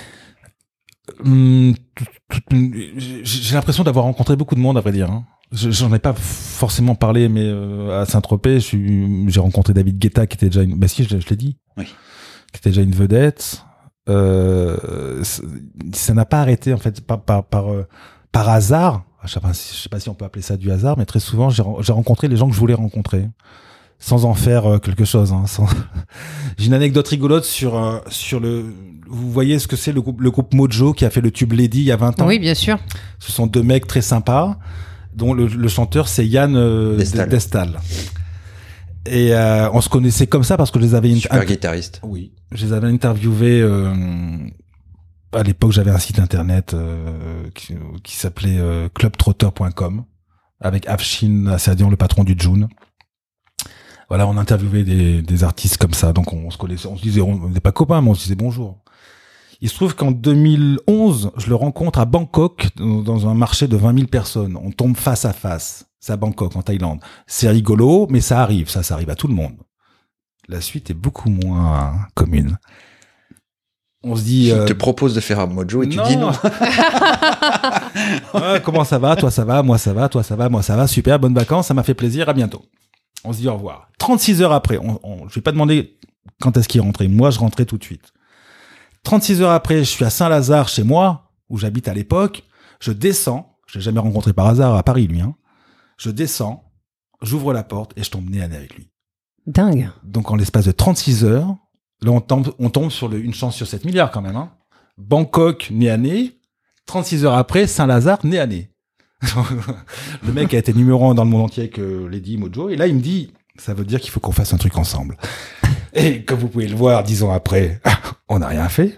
Hum, tout- tout- j'ai j'ai l'impression d'avoir rencontré beaucoup de monde, à vrai dire. Hein. Je- J'en ai pas forcément parlé, mais euh, à Saint-Tropez, je suis- j'ai rencontré David Guetta, qui était déjà une... Bah si, je, je l'ai dit. Oui. Qui était déjà une vedette. Euh, c- ça n'a pas arrêté, en fait, par, par, par, euh, par hasard. Je sais pas si, je sais pas si on peut appeler ça du hasard, mais très souvent, j'ai ren- j'ai rencontré les gens que je voulais rencontrer. Sans en faire euh, quelque chose. Hein, sans... J'ai une anecdote rigolote sur, euh, sur le... Vous voyez ce que c'est le groupe, le groupe Mojo qui a fait le tube Lady il y a vingt ans? Oui, bien sûr. Ce sont deux mecs très sympas, dont le, le chanteur c'est Yann euh, Destal. Destal. Et euh, on se connaissait comme ça parce que je les avais... Super int- guitariste. Oui, je les avais interviewés... Euh, à l'époque, j'avais un site internet euh, qui, qui s'appelait euh, club trotter point com avec Afshin Assadian, le patron du June. Voilà, on interviewait des, des artistes comme ça, donc on, se connaissait, on se disait, on n'était pas copains, mais on se disait bonjour. Il se trouve qu'en deux mille onze, je le rencontre à Bangkok, dans, dans un marché de vingt mille personnes. On tombe face à face. C'est à Bangkok, en Thaïlande. C'est rigolo, mais ça arrive, ça, ça arrive à tout le monde. La suite est beaucoup moins commune. On se dit... Il euh, te propose de faire un Mojo et tu dis non. Ouais, comment ça va? Toi, ça va? Moi, ça va? Toi, ça va? Moi, ça va? Super, bonnes vacances, ça m'a fait plaisir, à bientôt. On se dit au revoir. trente-six heures après, on, on, je vais pas demander quand est-ce qu'il est rentré. Moi, je rentrais tout de suite. trente-six heures après, je suis à Saint-Lazare, chez moi, où j'habite à l'époque. Je descends. Je l'ai jamais rencontré par hasard à Paris, lui, hein. Je descends, j'ouvre la porte et je tombe nez à nez avec lui. Dingue. Donc, en l'espace de trente-six heures, là, on tombe, on tombe sur le, une chance sur sept milliards quand même, hein. Bangkok, nez à nez. trente-six heures après, Saint-Lazare, nez à nez. Le mec a été numéro un dans le monde entier que Lady Mojo. Et là, il me dit, ça veut dire qu'il faut qu'on fasse un truc ensemble. Et comme vous pouvez le voir, dix ans après, on n'a rien fait.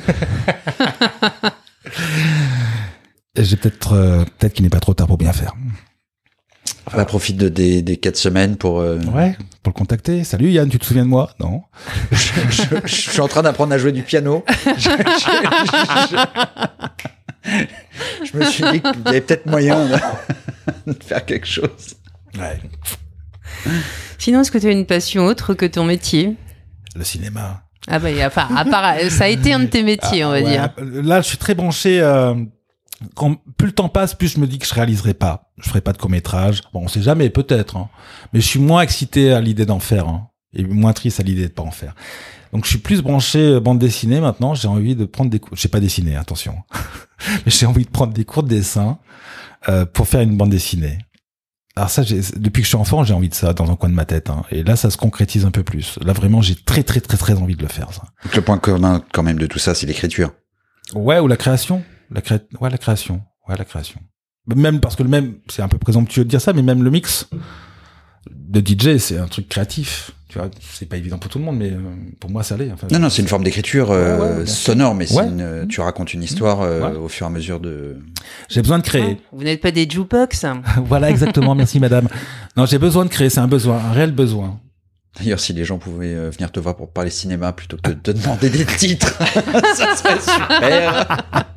Et j'ai peut-être, euh, peut-être qu'il n'est pas trop tard pour bien faire. Là, profite de, des, des quatre semaines pour. Euh... Ouais, pour le contacter. Salut Yann, tu te souviens de moi? Non. je, je, je suis en train d'apprendre à jouer du piano. je, je, je, je me suis dit qu'il y avait peut-être moyen de, de faire quelque chose. Ouais. Sinon, est-ce que tu as une passion autre que ton métier? Le cinéma. Ah bah, enfin, à part, ça a été un de tes métiers, Ah, on va ouais. dire. Là, je suis très branché. Euh, quand plus le temps passe, plus je me dis que je réaliserai pas. Je ferai pas de court métrage. Bon, on sait jamais, peut-être. Hein. Mais je suis moins excité à l'idée d'en faire, hein, et moins triste à l'idée de pas en faire. Donc, je suis plus branché bande dessinée maintenant. J'ai envie de prendre des cours. Je sais pas dessiner, attention. Mais j'ai envie de prendre des cours de dessin euh, pour faire une bande dessinée. Alors ça, j'ai, depuis que je suis enfant, j'ai envie de ça dans un coin de ma tête. Hein. Et là, ça se concrétise un peu plus. Là, vraiment, j'ai très, très, très, très envie de le faire, ça. Donc, le point commun, quand même, de tout ça, c'est l'écriture. Ouais, ou la création. La cré... Ouais, la création. Ouais, la création. Même parce que le même, c'est un peu présomptueux de dire ça, mais même le mix de D J, c'est un truc créatif. Tu vois, c'est pas évident pour tout le monde, mais pour moi, ça l'est. Enfin, non, non, c'est une forme d'écriture euh, ouais, ouais, sonore, mais ouais. c'est une, tu racontes une histoire euh, ouais. au fur et à mesure de... J'ai besoin de créer. Ah, vous n'êtes pas des jukebox. Voilà, exactement, merci madame. Non, j'ai besoin de créer, c'est un besoin, un réel besoin. D'ailleurs, si les gens pouvaient euh, venir te voir pour parler cinéma plutôt que de te demander des titres, ça serait super.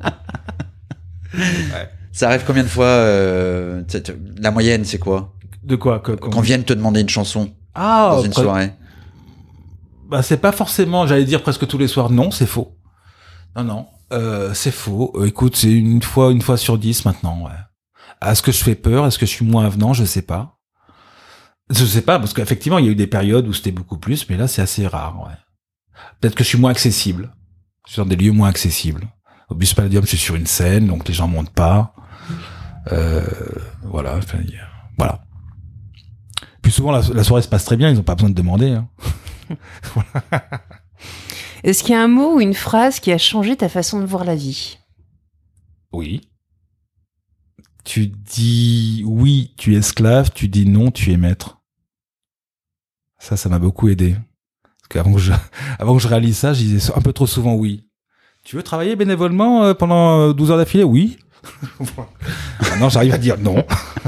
Ouais. Ça arrive combien de fois euh, la moyenne, c'est quoi? De quoi que, Qu'on vienne te demander une chanson ah, dans une pre- soirée. Bah, c'est pas forcément, j'allais dire presque tous les soirs. Non, c'est faux. Non, non, euh, c'est faux. Euh, écoute, c'est une fois, une fois sur dix maintenant. Ouais. Est-ce que je fais peur? Est-ce que je suis moins avenant? Je sais pas. Je sais pas, parce qu'effectivement, il y a eu des périodes où c'était beaucoup plus, mais là, c'est assez rare. Ouais. Peut-être que je suis moins accessible. Je suis dans des lieux moins accessibles. Au Bus Palladium, je suis sur une scène, donc les gens montent pas. Euh, voilà, enfin, voilà. Puis souvent, la, la soirée se passe très bien, ils n'ont pas besoin de demander. Hein. Voilà. Est-ce qu'il y a un mot ou une phrase qui a changé ta façon de voir la vie? Oui. Tu dis oui, tu es esclave, tu dis non, tu es maître. Ça, ça m'a beaucoup aidé. Parce qu'avant que je, avant que je réalise ça, je disais un peu trop souvent oui. Tu veux travailler bénévolement pendant douze heures d'affilée? Oui. Maintenant, j'arrive à dire non.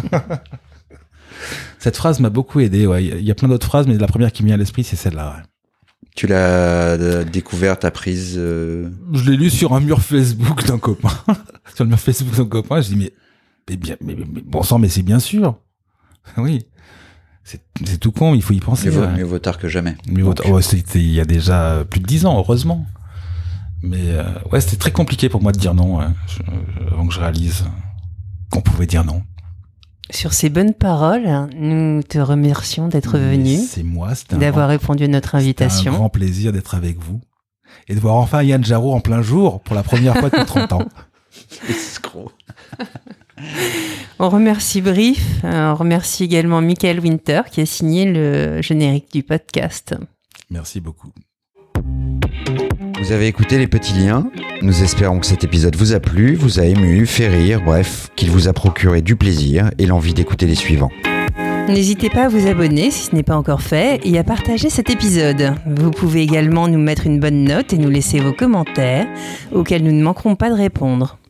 Cette phrase m'a beaucoup aidé. Ouais. Il y a plein d'autres phrases, mais la première qui me vient à l'esprit, c'est celle-là. Ouais. Tu l'as découverte, apprise euh... Je l'ai lu sur un mur Facebook d'un copain. Sur le mur Facebook d'un copain, je dis mais, mais bien, mais, mais bon sang, mais c'est bien sûr. Oui. C'est, c'est tout con, il faut y penser. Mieux vaut, ouais. mieux vaut tard que jamais. Mieux vaut tard. Ouais, c'était il y a déjà plus de dix ans, heureusement. Mais euh, ouais, c'était très compliqué pour moi de dire non, ouais, je, avant que je réalise qu'on pouvait dire non. Sur ces bonnes paroles, nous te remercions d'être Mais venu. C'est moi, c'était un d'avoir grand, répondu à notre invitation. C'était un grand plaisir d'être avec vous et de voir enfin Yann Jarreau en plein jour pour la première fois depuis trente ans. Escroc. On remercie Brief, on remercie également Michael Winter qui a signé le générique du podcast. Merci beaucoup. Vous avez écouté Les Petits Liens. Nous espérons que cet épisode vous a plu, vous a ému, fait rire, bref, qu'il vous a procuré du plaisir et l'envie d'écouter les suivants. N'hésitez pas à vous abonner si ce n'est pas encore fait et à partager cet épisode. Vous pouvez également nous mettre une bonne note et nous laisser vos commentaires auxquels nous ne manquerons pas de répondre.